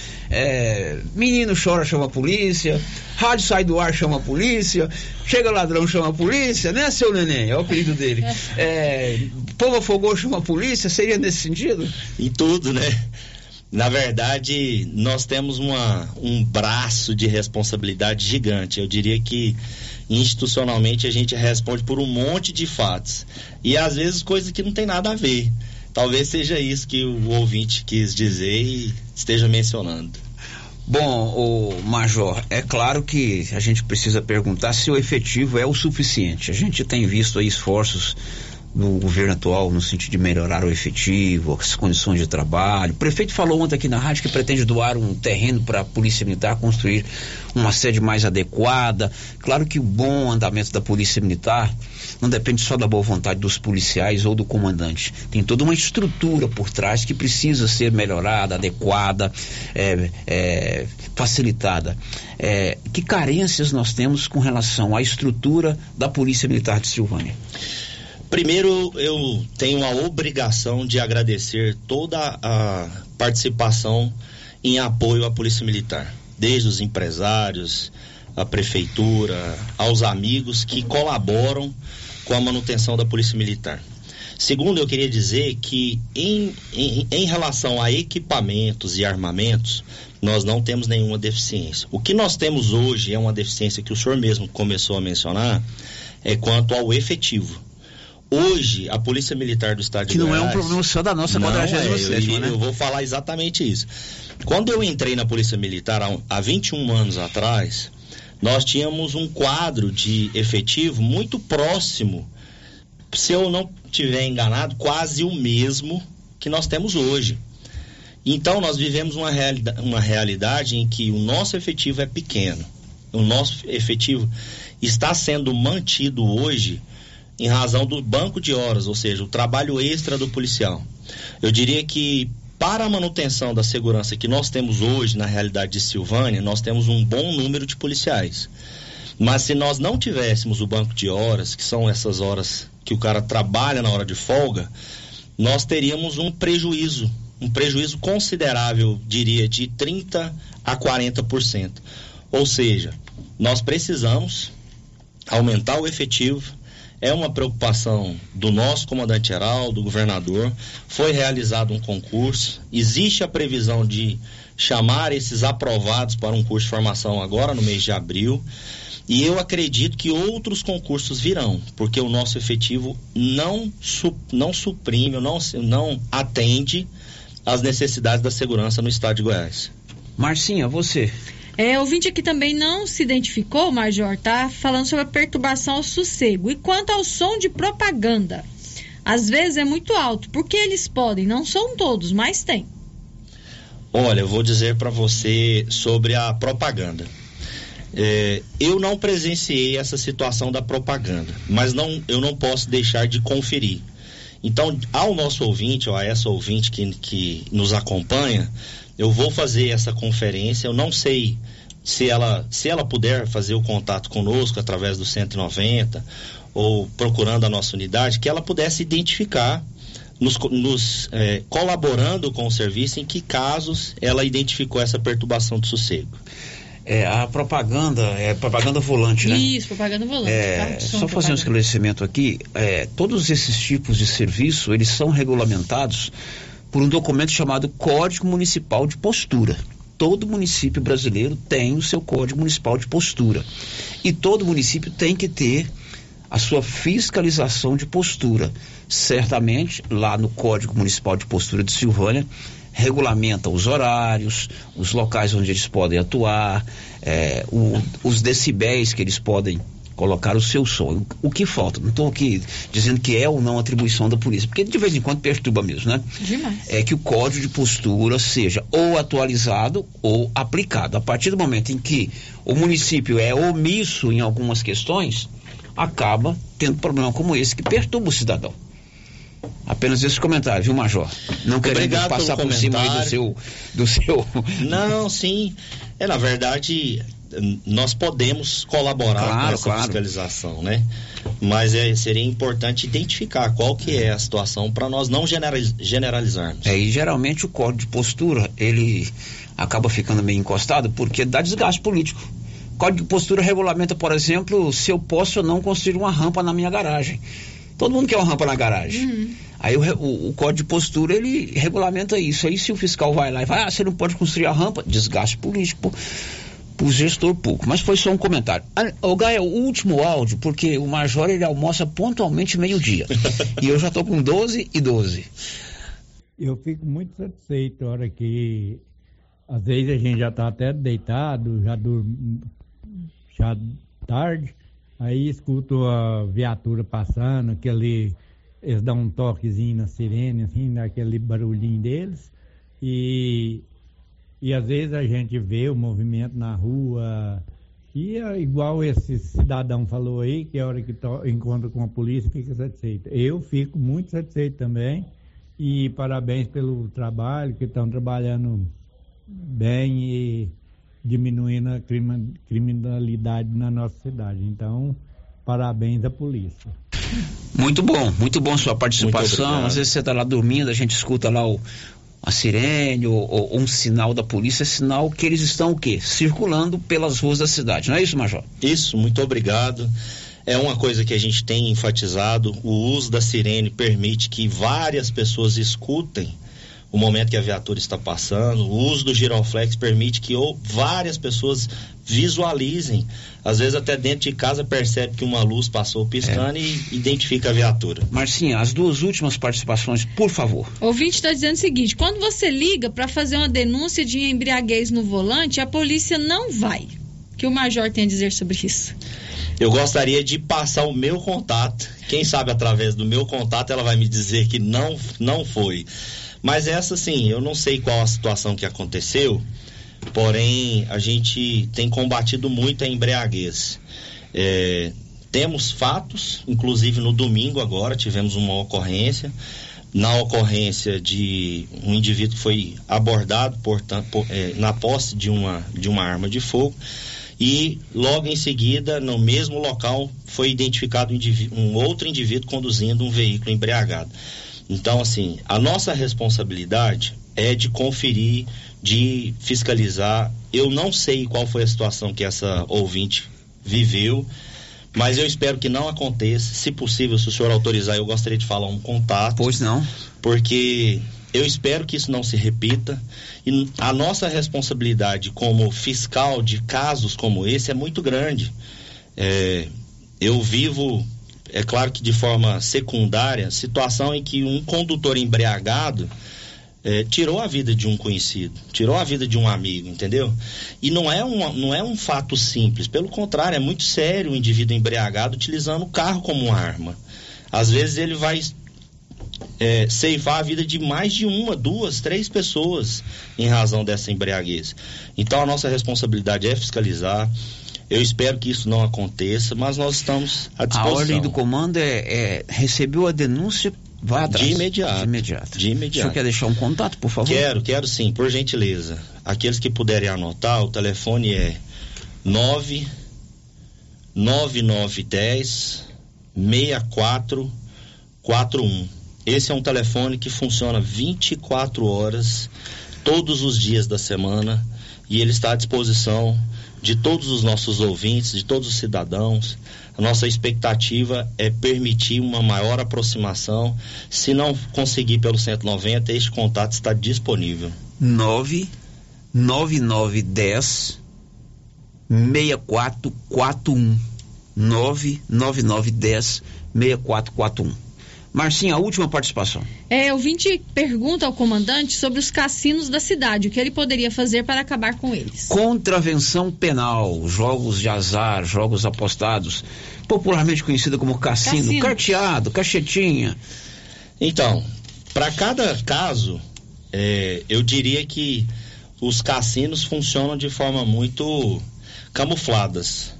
menino chora, chama a polícia, rádio sai do ar, chama a polícia, chega ladrão, chama a polícia, né, seu neném? É o apelido dele. Povo afogou, chama a polícia. Seria nesse sentido? Em tudo, né? Na verdade, nós temos um braço de responsabilidade gigante. Eu diria que institucionalmente a gente responde por um monte de fatos. E às vezes coisas que não tem nada a ver. Talvez seja isso que o ouvinte quis dizer e esteja mencionando. Bom, o Major, é claro que a gente precisa perguntar se o efetivo é o suficiente. A gente tem visto aí esforços do governo atual no sentido de melhorar o efetivo, as condições de trabalho. O prefeito falou ontem aqui na rádio que pretende doar um terreno para a Polícia Militar construir uma sede mais adequada. Claro que o bom andamento da Polícia Militar não depende só da boa vontade dos policiais ou do comandante. Tem toda uma estrutura por trás que precisa ser melhorada, adequada, facilitada. Que carências nós temos com relação à estrutura da Polícia Militar de Silvânia? Primeiro, eu tenho a obrigação de agradecer toda a participação em apoio à Polícia Militar, desde os empresários, a prefeitura, aos amigos que colaboram com a manutenção da Polícia Militar. Segundo, eu queria dizer que em relação a equipamentos e armamentos, nós não temos nenhuma deficiência. O que nós temos hoje é uma deficiência que o senhor mesmo começou a mencionar, é quanto ao efetivo. Hoje, a Polícia Militar do Estado de Goiás... Que não é um problema só da nossa 47ª, né? Eu vou falar exatamente isso. Quando eu entrei na Polícia Militar há 21 anos atrás, nós tínhamos um quadro de efetivo muito próximo, se eu não estiver enganado, quase o mesmo que nós temos hoje. Então, nós vivemos uma realidade em que o nosso efetivo é pequeno. O nosso efetivo está sendo mantido hoje em razão do banco de horas, ou seja, o trabalho extra do policial. Eu diria que para a manutenção da segurança que nós temos hoje na realidade de Silvânia, nós temos um bom número de policiais. Mas se nós não tivéssemos o banco de horas, que são essas horas que o cara trabalha na hora de folga, nós teríamos um prejuízo considerável, diria, de 30% a 40%. Ou seja, nós precisamos aumentar o efetivo. É uma preocupação do nosso comandante-geral, do governador. Foi realizado um concurso. Existe a previsão de chamar esses aprovados para um curso de formação agora no mês de abril. E eu acredito que outros concursos virão, porque o nosso efetivo não suprime, não atende às necessidades da segurança no estado de Goiás. Marcinha, você... ouvinte aqui também não se identificou, Major, tá falando sobre a perturbação ao sossego. E quanto ao som de propaganda, às vezes é muito alto, porque eles podem, não são todos, mas tem. Olha, eu vou dizer para você sobre a propaganda. Eu não presenciei essa situação da propaganda, mas eu não posso deixar de conferir. Então, ao nosso ouvinte, ou a essa ouvinte que nos acompanha, eu vou fazer essa conferência. Eu não sei se ela puder fazer o contato conosco através do 190 ou procurando a nossa unidade, que ela pudesse identificar, colaborando com o serviço, em que casos ela identificou essa perturbação do sossego. A propaganda é propaganda volante, né? Isso, propaganda volante. Só fazer um esclarecimento aqui, todos esses tipos de serviço, eles são regulamentados por um documento chamado Código Municipal de Postura. Todo município brasileiro tem o seu Código Municipal de Postura. E todo município tem que ter a sua fiscalização de postura. Certamente, lá no Código Municipal de Postura de Silvânia, regulamenta os horários, os locais onde eles podem atuar, os decibéis que eles podem colocar o seu som. O que falta? Não estou aqui dizendo que é ou não atribuição da polícia, porque de vez em quando perturba mesmo, né? Demais. É que o código de postura seja ou atualizado ou aplicado. A partir do momento em que o município é omisso em algumas questões, acaba tendo problema como esse que perturba o cidadão. Apenas esse comentário, viu, Major? Não querendo passar por cima aí do seu... Não, sim. Na verdade, nós podemos colaborar com essa fiscalização, né? Mas seria importante identificar qual que é a situação para nós não generalizarmos. E geralmente o código de postura, ele acaba ficando meio encostado porque dá desgaste político. O código de postura regulamenta, por exemplo, se eu posso ou não construir uma rampa na minha garagem. Todo mundo quer uma rampa na garagem. Uhum. Aí o código de postura, ele regulamenta isso. Aí se o fiscal vai lá e fala, você não pode construir a rampa, desgaste político pro gestor público. Mas foi só um comentário. Gael, o último áudio, porque o Major, ele almoça pontualmente meio-dia. E eu já tô com 12:12. Eu fico muito satisfeito na hora que às vezes a gente já tá até deitado, já tarde. Aí escuto a viatura passando, eles dão um toquezinho na sirene, assim, dá aquele barulhinho deles. E às vezes a gente vê o movimento na rua. E é igual esse cidadão falou aí, que a hora que encontra com a polícia fica satisfeito. Eu fico muito satisfeito também. E parabéns pelo trabalho, que estão trabalhando bem e diminuindo a criminalidade na nossa cidade. Então, parabéns à polícia. Muito bom sua participação. Às vezes você está lá dormindo, a gente escuta lá a sirene ou um sinal da polícia, sinal que eles estão o quê? Circulando pelas ruas da cidade, não é isso, Major? Isso, muito obrigado. É uma coisa que a gente tem enfatizado, o uso da sirene permite que várias pessoas escutem o momento que a viatura está passando. O uso do giroflex permite que várias pessoas visualizem, às vezes até dentro de casa percebe que uma luz passou piscando e identifica a viatura. Marcinha, as duas últimas participações, por favor. O ouvinte está dizendo o seguinte: quando você liga para fazer uma denúncia de embriaguez no volante, a polícia não vai. O que o Major tem a dizer sobre isso? Eu gostaria de passar o meu contato. Quem sabe através do meu contato ela vai me dizer que não foi. Mas essa sim, eu não sei qual a situação que aconteceu, porém a gente tem combatido muito a embriaguez. Temos fatos, inclusive no domingo agora tivemos uma ocorrência, na ocorrência de um indivíduo que foi abordado na posse de uma arma de fogo, e logo em seguida, no mesmo local, foi identificado um outro indivíduo conduzindo um veículo embriagado. Então, assim, a nossa responsabilidade é de conferir, de fiscalizar. Eu não sei qual foi a situação que essa ouvinte viveu, mas eu espero que não aconteça. Se possível, se o senhor autorizar, eu gostaria de falar um contato. Pois não. Porque eu espero que isso não se repita. E a nossa responsabilidade como fiscal de casos como esse é muito grande. Eu vivo, é claro que de forma secundária, situação em que um condutor embriagado tirou a vida de um conhecido, tirou a vida de um amigo, entendeu? E não é um fato simples, pelo contrário, é muito sério o indivíduo embriagado utilizando o carro como uma arma. Às vezes ele vai ceifar a vida de mais de 1, 2, 3 pessoas em razão dessa embriaguez. Então a nossa responsabilidade é fiscalizar. Eu espero que isso não aconteça, mas nós estamos à disposição. A ordem do comando recebeu a denúncia, vai atrás. De imediato. O senhor quer deixar um contato, por favor? Quero sim, por gentileza. Aqueles que puderem anotar, o telefone é 99910 6441. Esse é um telefone que funciona 24 horas, todos os dias da semana, e ele está à disposição de todos os nossos ouvintes, de todos os cidadãos. A nossa expectativa é permitir uma maior aproximação. Se não conseguir pelo 190, este contato está disponível. 99910 6441. 99910 6441. Marcinha, a última participação. O ouvinte pergunta ao comandante sobre os cassinos da cidade, o que ele poderia fazer para acabar com eles. Contravenção penal, jogos de azar, jogos apostados, popularmente conhecida como cassino, carteado, cachetinha. Então, para cada caso, eu diria que os cassinos funcionam de forma muito camufladas.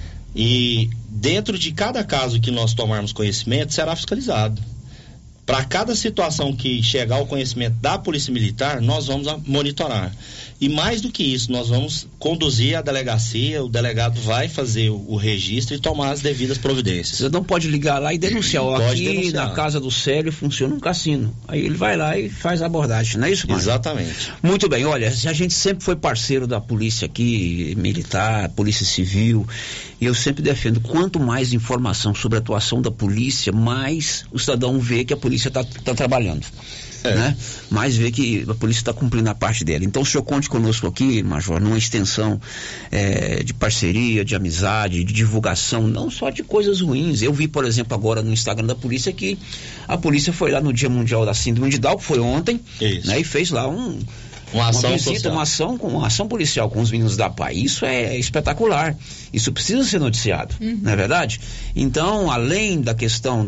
E dentro de cada caso que nós tomarmos conhecimento, será fiscalizado. Para cada situação que chegar ao conhecimento da Polícia Militar, nós vamos monitorar. E mais do que isso, nós vamos conduzir a delegacia, o delegado vai fazer o registro e tomar as devidas providências. Você não pode ligar lá e denunciar. Aqui na casa do Célio funciona um cassino. Aí ele vai lá e faz a abordagem, não é isso, Mário? Exatamente. Muito bem, olha, a gente sempre foi parceiro da polícia aqui, militar, polícia civil, e eu sempre defendo, quanto mais informação sobre a atuação da polícia, mais o cidadão vê que a polícia está trabalhando. Né? Mas vê que a polícia está cumprindo a parte dela. Então o senhor conte conosco aqui, Major, numa extensão de parceria, de amizade, de divulgação, não só de coisas ruins. Eu vi, por exemplo, agora no Instagram da polícia que a polícia foi lá no Dia Mundial da Síndrome de Down, que foi ontem, né? E fez lá uma ação policial com os meninos da PAI. Isso é espetacular. Isso precisa ser noticiado, não é verdade? Então, além da questão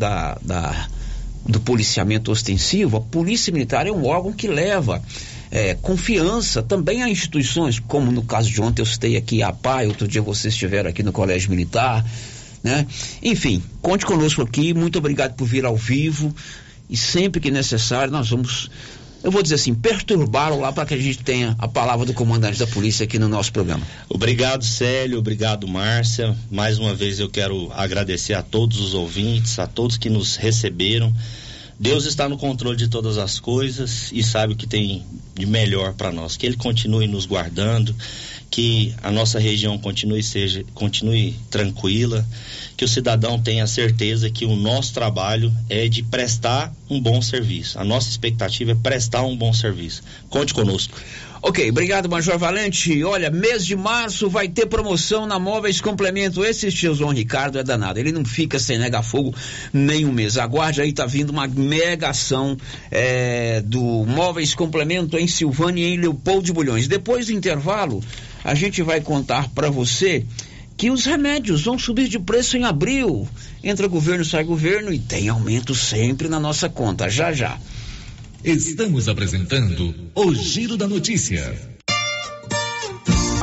do policiamento ostensivo, a Polícia Militar é um órgão que leva confiança também a instituições, como no caso de ontem eu citei aqui a PAI, outro dia vocês estiveram aqui no Colégio Militar, né? Enfim, conte conosco aqui, muito obrigado por vir ao vivo, e sempre que necessário nós vamos, eu vou dizer assim, perturbá-lo lá para que a gente tenha a palavra do comandante da polícia aqui no nosso programa. Obrigado, Célio, obrigado, Márcia. Mais uma vez eu quero agradecer a todos os ouvintes, a todos que nos receberam. Deus está no controle de todas as coisas e sabe o que tem de melhor para nós. Que Ele continue nos guardando, que a nossa região continue tranquila, que o cidadão tenha certeza que o nosso trabalho é de prestar um bom serviço. A nossa expectativa é prestar um bom serviço. Conte conosco. Ok, obrigado, Major Valente. Olha, mês de março vai ter promoção na Móveis Complemento. Esse tiozão Ricardo é danado, ele não fica sem negar fogo nem um mês. Aguarde aí, tá vindo uma mega ação do Móveis Complemento em Silvânia e em Leopoldo de Bulhões. Depois do intervalo, a gente vai contar para você que os remédios vão subir de preço em abril. Entra governo, sai governo e tem aumento sempre na nossa conta. Já, já. Estamos apresentando o Giro da Notícia.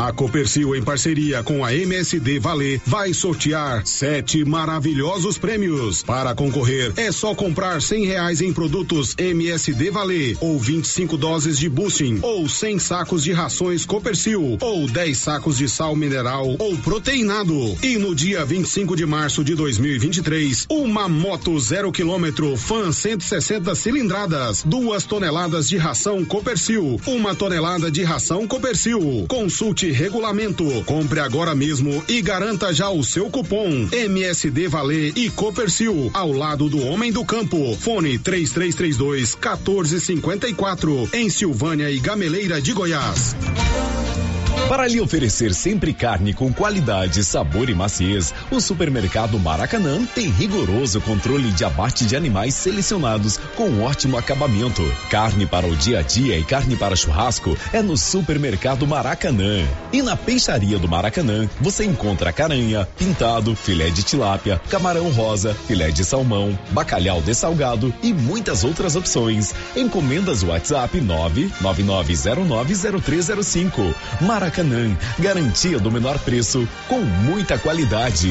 A Copercil, em parceria com a MSD Valer, vai sortear 7 maravilhosos prêmios. Para concorrer, é só comprar R$100 em produtos MSD Valer, ou 25 doses de boosting, ou 100 sacos de rações Copercil, ou 10 sacos de sal mineral ou proteinado. E no dia 25 de março de 2023, uma moto 0 km Fan 160 cilindradas, 2 toneladas de ração Copercil, 1 tonelada de ração Copercil. Consulte regulamento, compre agora mesmo e garanta já o seu cupom MSD Valer e Copercil, ao lado do Homem do Campo. Fone 3332-1454, em Silvânia e Gameleira de Goiás. Para lhe oferecer sempre carne com qualidade, sabor e maciez, o Supermercado Maracanã tem rigoroso controle de abate de animais selecionados com ótimo acabamento. Carne para o dia a dia e carne para churrasco é no Supermercado Maracanã. E na Peixaria do Maracanã, você encontra caranha, pintado, filé de tilápia, camarão rosa, filé de salmão, bacalhau dessalgado e muitas outras opções. Encomendas WhatsApp 999090305. Maracanã, garantia do menor preço com muita qualidade.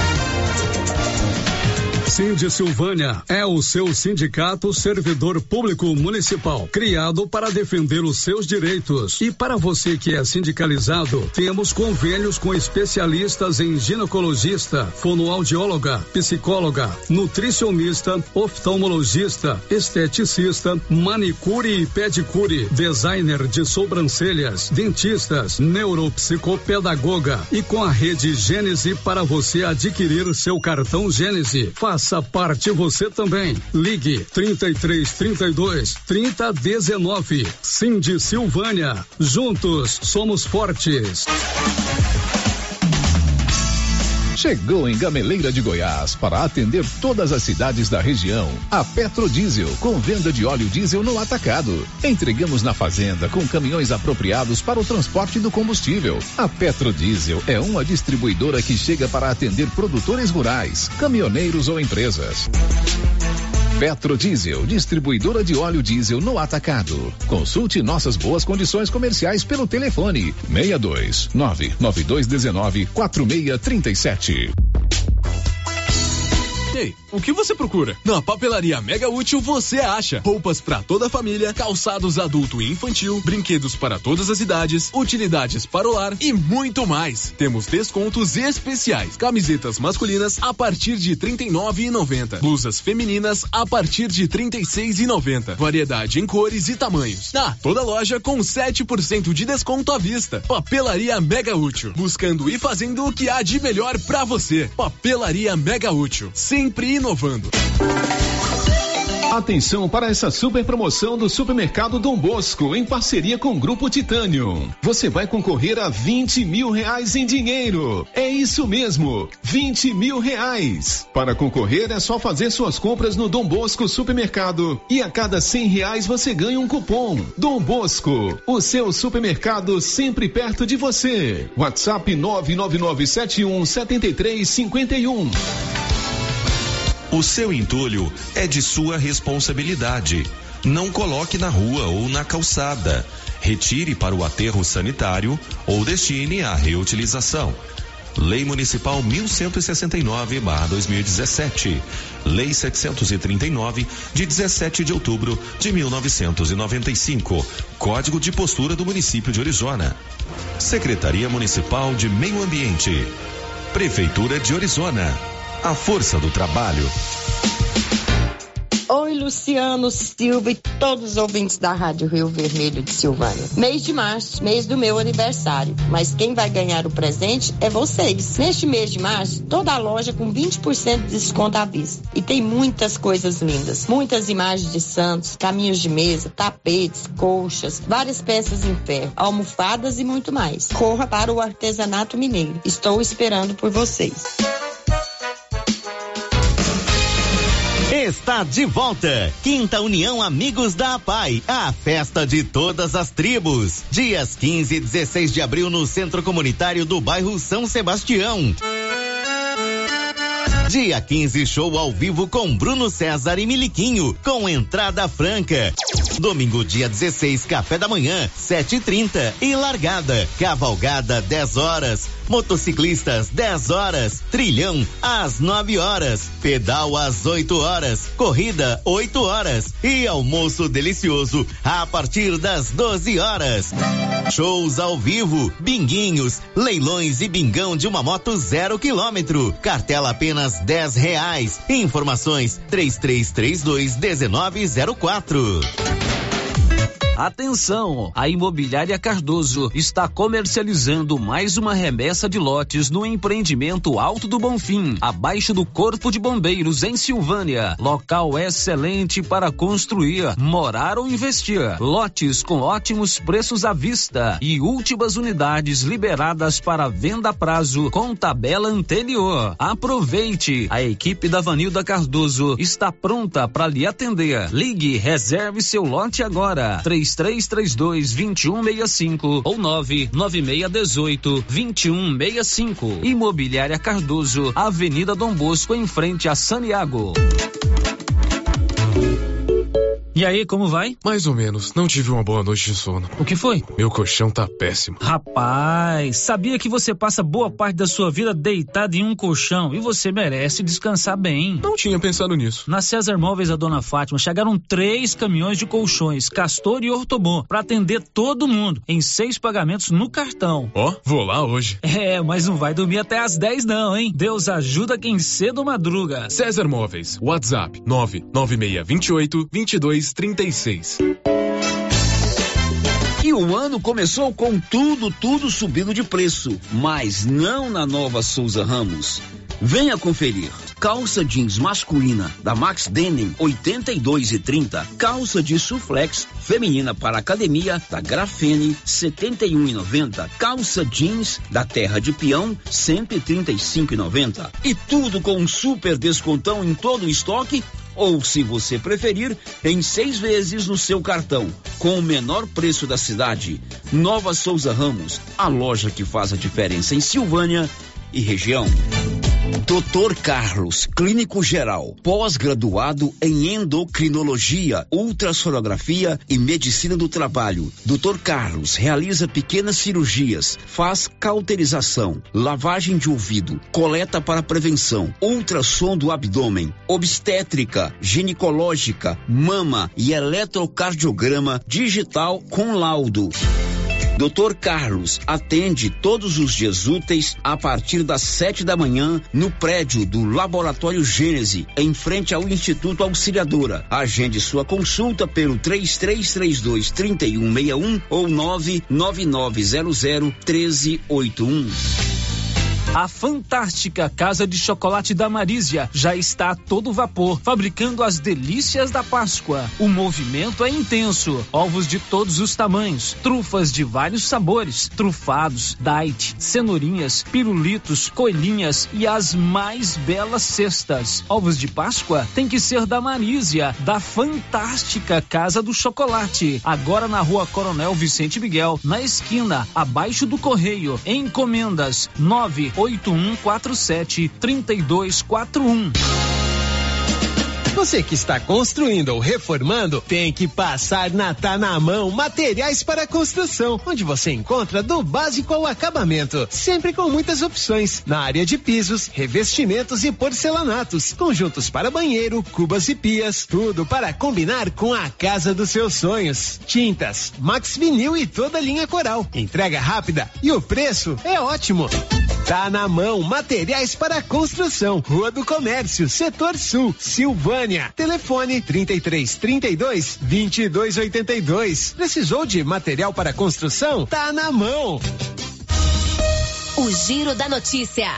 Sindi Silvânia é o seu sindicato servidor público municipal, criado para defender os seus direitos. E para você que é sindicalizado, temos convênios com especialistas em ginecologista, fonoaudióloga, psicóloga, nutricionista, oftalmologista, esteticista, manicure e pedicure, designer de sobrancelhas, dentistas, neuropsicopedagoga e com a rede Gênese para você adquirir seu cartão Gênese. Faça parte você também. Ligue 3332 3019. Sindi Silvânia. Juntos somos fortes. Chegou em Gameleira de Goiás para atender todas as cidades da região. A Petrodiesel, com venda de óleo diesel no atacado. Entregamos na fazenda com caminhões apropriados para o transporte do combustível. A Petrodiesel é uma distribuidora que chega para atender produtores rurais, caminhoneiros ou empresas. Petrodiesel, distribuidora de óleo diesel no atacado. Consulte nossas boas condições comerciais pelo telefone 62992194637. Ei, o que você procura? Na Papelaria Mega Útil você acha roupas para toda a família, calçados adulto e infantil, brinquedos para todas as idades, utilidades para o lar e muito mais. Temos descontos especiais. Camisetas masculinas a partir de R$ 39,90. Blusas femininas a partir de R$ 36,90. Variedade em cores e tamanhos. Toda loja com 7% de desconto à vista. Papelaria Mega Útil. Buscando e fazendo o que há de melhor para você. Papelaria Mega Útil. Sempre inovando. Atenção para essa super promoção do Supermercado Dom Bosco, em parceria com o Grupo Titânio. Você vai concorrer a R$20 mil em dinheiro. É isso mesmo, R$20 mil. Para concorrer é só fazer suas compras no Dom Bosco Supermercado e a cada R$100 você ganha um cupom. Dom Bosco, o seu supermercado sempre perto de você. WhatsApp 999717351. O seu entulho é de sua responsabilidade. Não coloque na rua ou na calçada. Retire para o aterro sanitário ou destine à reutilização. Lei Municipal 1169/2017. Lei 739, de 17 de outubro de 1995. Código de postura do município de Orizona. Secretaria Municipal de Meio Ambiente. Prefeitura de Orizona. A força do trabalho. Oi, Luciano, Silva e todos os ouvintes da Rádio Rio Vermelho de Silvânia. Mês de março, mês do meu aniversário. Mas quem vai ganhar o presente é vocês. Neste mês de março, toda a loja com 20% de desconto à vista. E tem muitas coisas lindas. Muitas imagens de santos, caminhos de mesa, tapetes, colchas, várias peças em ferro, almofadas e muito mais. Corra para o artesanato mineiro. Estou esperando por vocês. Está de volta, Quinta União Amigos da APAI, a festa de todas as tribos. Dias 15 e 16 de abril no Centro Comunitário do bairro São Sebastião. Dia 15, show ao vivo com Bruno César e Miliquinho, com entrada franca. Domingo, dia 16, café da manhã, 7h30 e largada. Cavalgada, 10 horas. Motociclistas, 10 horas. Trilhão, às 9 horas. Pedal, às 8 horas. Corrida, 8 horas. E almoço delicioso, a partir das 12 horas. Shows ao vivo, binguinhos, leilões e bingão de uma moto 0 km. Cartela apenas R$10. Informações 3332-1904. Atenção! A Imobiliária Cardoso está comercializando mais uma remessa de lotes no empreendimento Alto do Bonfim, abaixo do Corpo de Bombeiros, em Silvânia. Local excelente para construir, morar ou investir. Lotes com ótimos preços à vista e últimas unidades liberadas para venda a prazo com tabela anterior. Aproveite! A equipe da Vanilda Cardoso está pronta para lhe atender. Ligue, reserve seu lote agora. 3332-2165 ou 99618-2165. Imobiliária Cardoso, Avenida Dom Bosco, em frente a Santiago. E aí, como vai? Mais ou menos, não tive uma boa noite de sono. O que foi? Meu colchão tá péssimo. Rapaz, sabia que você passa boa parte da sua vida deitado em um colchão e você merece descansar bem. Não tinha pensado nisso. Na César Móveis da Dona Fátima chegaram 3 caminhões de colchões, Castor e Ortobon, pra atender todo mundo, em 6 pagamentos no cartão. Ó, vou lá hoje. Mas não vai dormir até às 10 não, hein? Deus ajuda quem cedo madruga. César Móveis, WhatsApp 99628-2236. E o ano começou com tudo subindo de preço, mas não na nova Souza Ramos. Venha conferir. Calça jeans masculina da Max Denim 82,30. Calça de suflex feminina para academia da Grafene 71,90. Calça jeans da Terra de Peão 135,90. E tudo com um super descontão em todo o estoque, ou, se você preferir, em 6 vezes no seu cartão, com o menor preço da cidade. Nova Souza Ramos, a loja que faz a diferença em Silvânia e região. Dr. Carlos, clínico geral, pós-graduado em endocrinologia, ultrassonografia e medicina do trabalho. Dr. Carlos realiza pequenas cirurgias, faz cauterização, lavagem de ouvido, coleta para prevenção, ultrassom do abdômen, obstétrica, ginecológica, mama e eletrocardiograma digital com laudo. Dr. Carlos atende todos os dias úteis a partir das 7 da manhã no prédio do Laboratório Gênese, em frente ao Instituto Auxiliadora. Agende sua consulta pelo 3332-3161 ou 99900-1381. A fantástica Casa de Chocolate da Marísia já está a todo vapor, fabricando as delícias da Páscoa. O movimento é intenso. Ovos de todos os tamanhos, trufas de vários sabores, trufados, diet, cenourinhas, pirulitos, coelhinhas e as mais belas cestas. Ovos de Páscoa tem que ser da Marísia, da fantástica Casa do Chocolate. Agora na Rua Coronel Vicente Miguel, na esquina, abaixo do Correio. Encomendas 98147-3241. Você que está construindo ou reformando, tem que passar na Tá na Mão Materiais para Construção, onde você encontra do básico ao acabamento, sempre com muitas opções, na área de pisos, revestimentos e porcelanatos, conjuntos para banheiro, cubas e pias, tudo para combinar com a casa dos seus sonhos. Tintas, Max Vinil e toda a linha Coral. Entrega rápida e o preço é ótimo. Tá na Mão Materiais para Construção, Rua do Comércio, Setor Sul, Silvânia. Telefone 3332-2282. Precisou de material para construção? Tá na mão. O Giro da Notícia.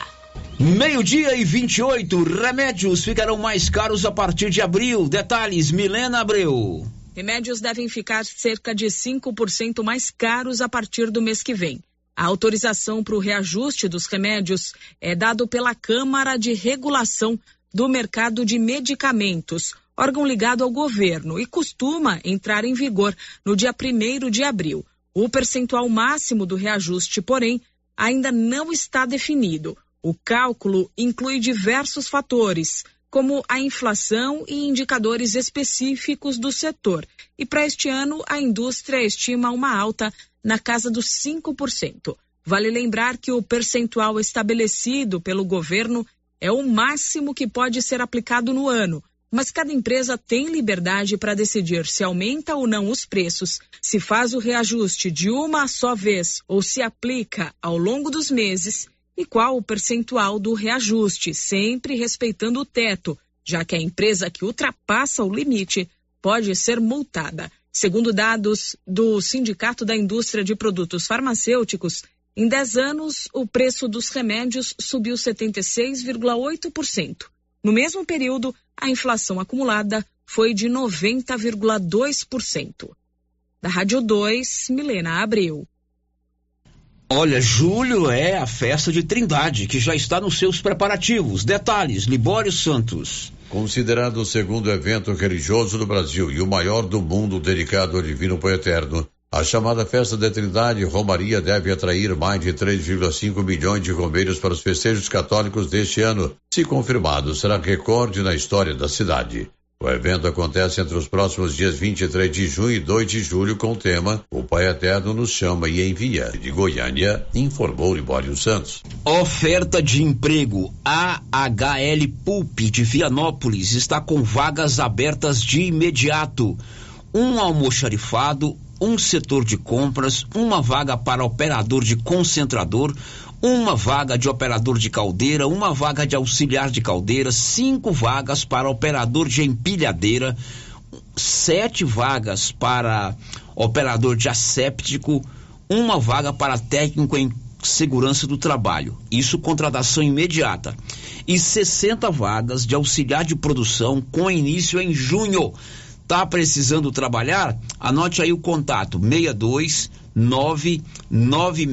12:28, remédios ficarão mais caros a partir de abril. Detalhes, Milena Abreu. Remédios devem ficar cerca de 5% mais caros a partir do mês que vem. A autorização para o reajuste dos remédios é dado pela Câmara de Regulação do Mercado de Medicamentos, órgão ligado ao governo, e costuma entrar em vigor no dia 1º de abril. O percentual máximo do reajuste, porém, ainda não está definido. O cálculo inclui diversos fatores, como a inflação e indicadores específicos do setor. E para este ano, a indústria estima uma alta na casa dos 5%. Vale lembrar que o percentual estabelecido pelo governo é o máximo que pode ser aplicado no ano, mas cada empresa tem liberdade para decidir se aumenta ou não os preços, se faz o reajuste de uma só vez ou se aplica ao longo dos meses e qual o percentual do reajuste, sempre respeitando o teto, já que a empresa que ultrapassa o limite pode ser multada. Segundo dados do Sindicato da Indústria de Produtos Farmacêuticos, em 10 anos, o preço dos remédios subiu 76,8%. No mesmo período, a inflação acumulada foi de 90,2%. Da Rádio 2, Milena Abreu. Olha, julho é a festa de Trindade, que já está nos seus preparativos. Detalhes, Libório Santos. Considerado o segundo evento religioso do Brasil e o maior do mundo dedicado ao Divino Pai Eterno, a chamada Festa da Trindade Romaria deve atrair mais de 3,5 milhões de romeiros para os festejos católicos deste ano. Se confirmado, será recorde na história da cidade. O evento acontece entre os próximos dias 23 de junho e 2 de julho com o tema O Pai Eterno nos chama e envia. De Goiânia, informou Libório Santos. Oferta de emprego. A AHL Pulp de Vianópolis está com vagas abertas de imediato. Um almoxarifado, um setor de compras, uma vaga para operador de concentrador, uma vaga de operador de caldeira, uma vaga de auxiliar de caldeira, 5 vagas para operador de empilhadeira, 7 vagas para operador de asséptico, uma vaga para técnico em segurança do trabalho. Isso contratação imediata. E 60 vagas de auxiliar de produção com início em junho. Tá precisando trabalhar? Anote aí o contato 62 996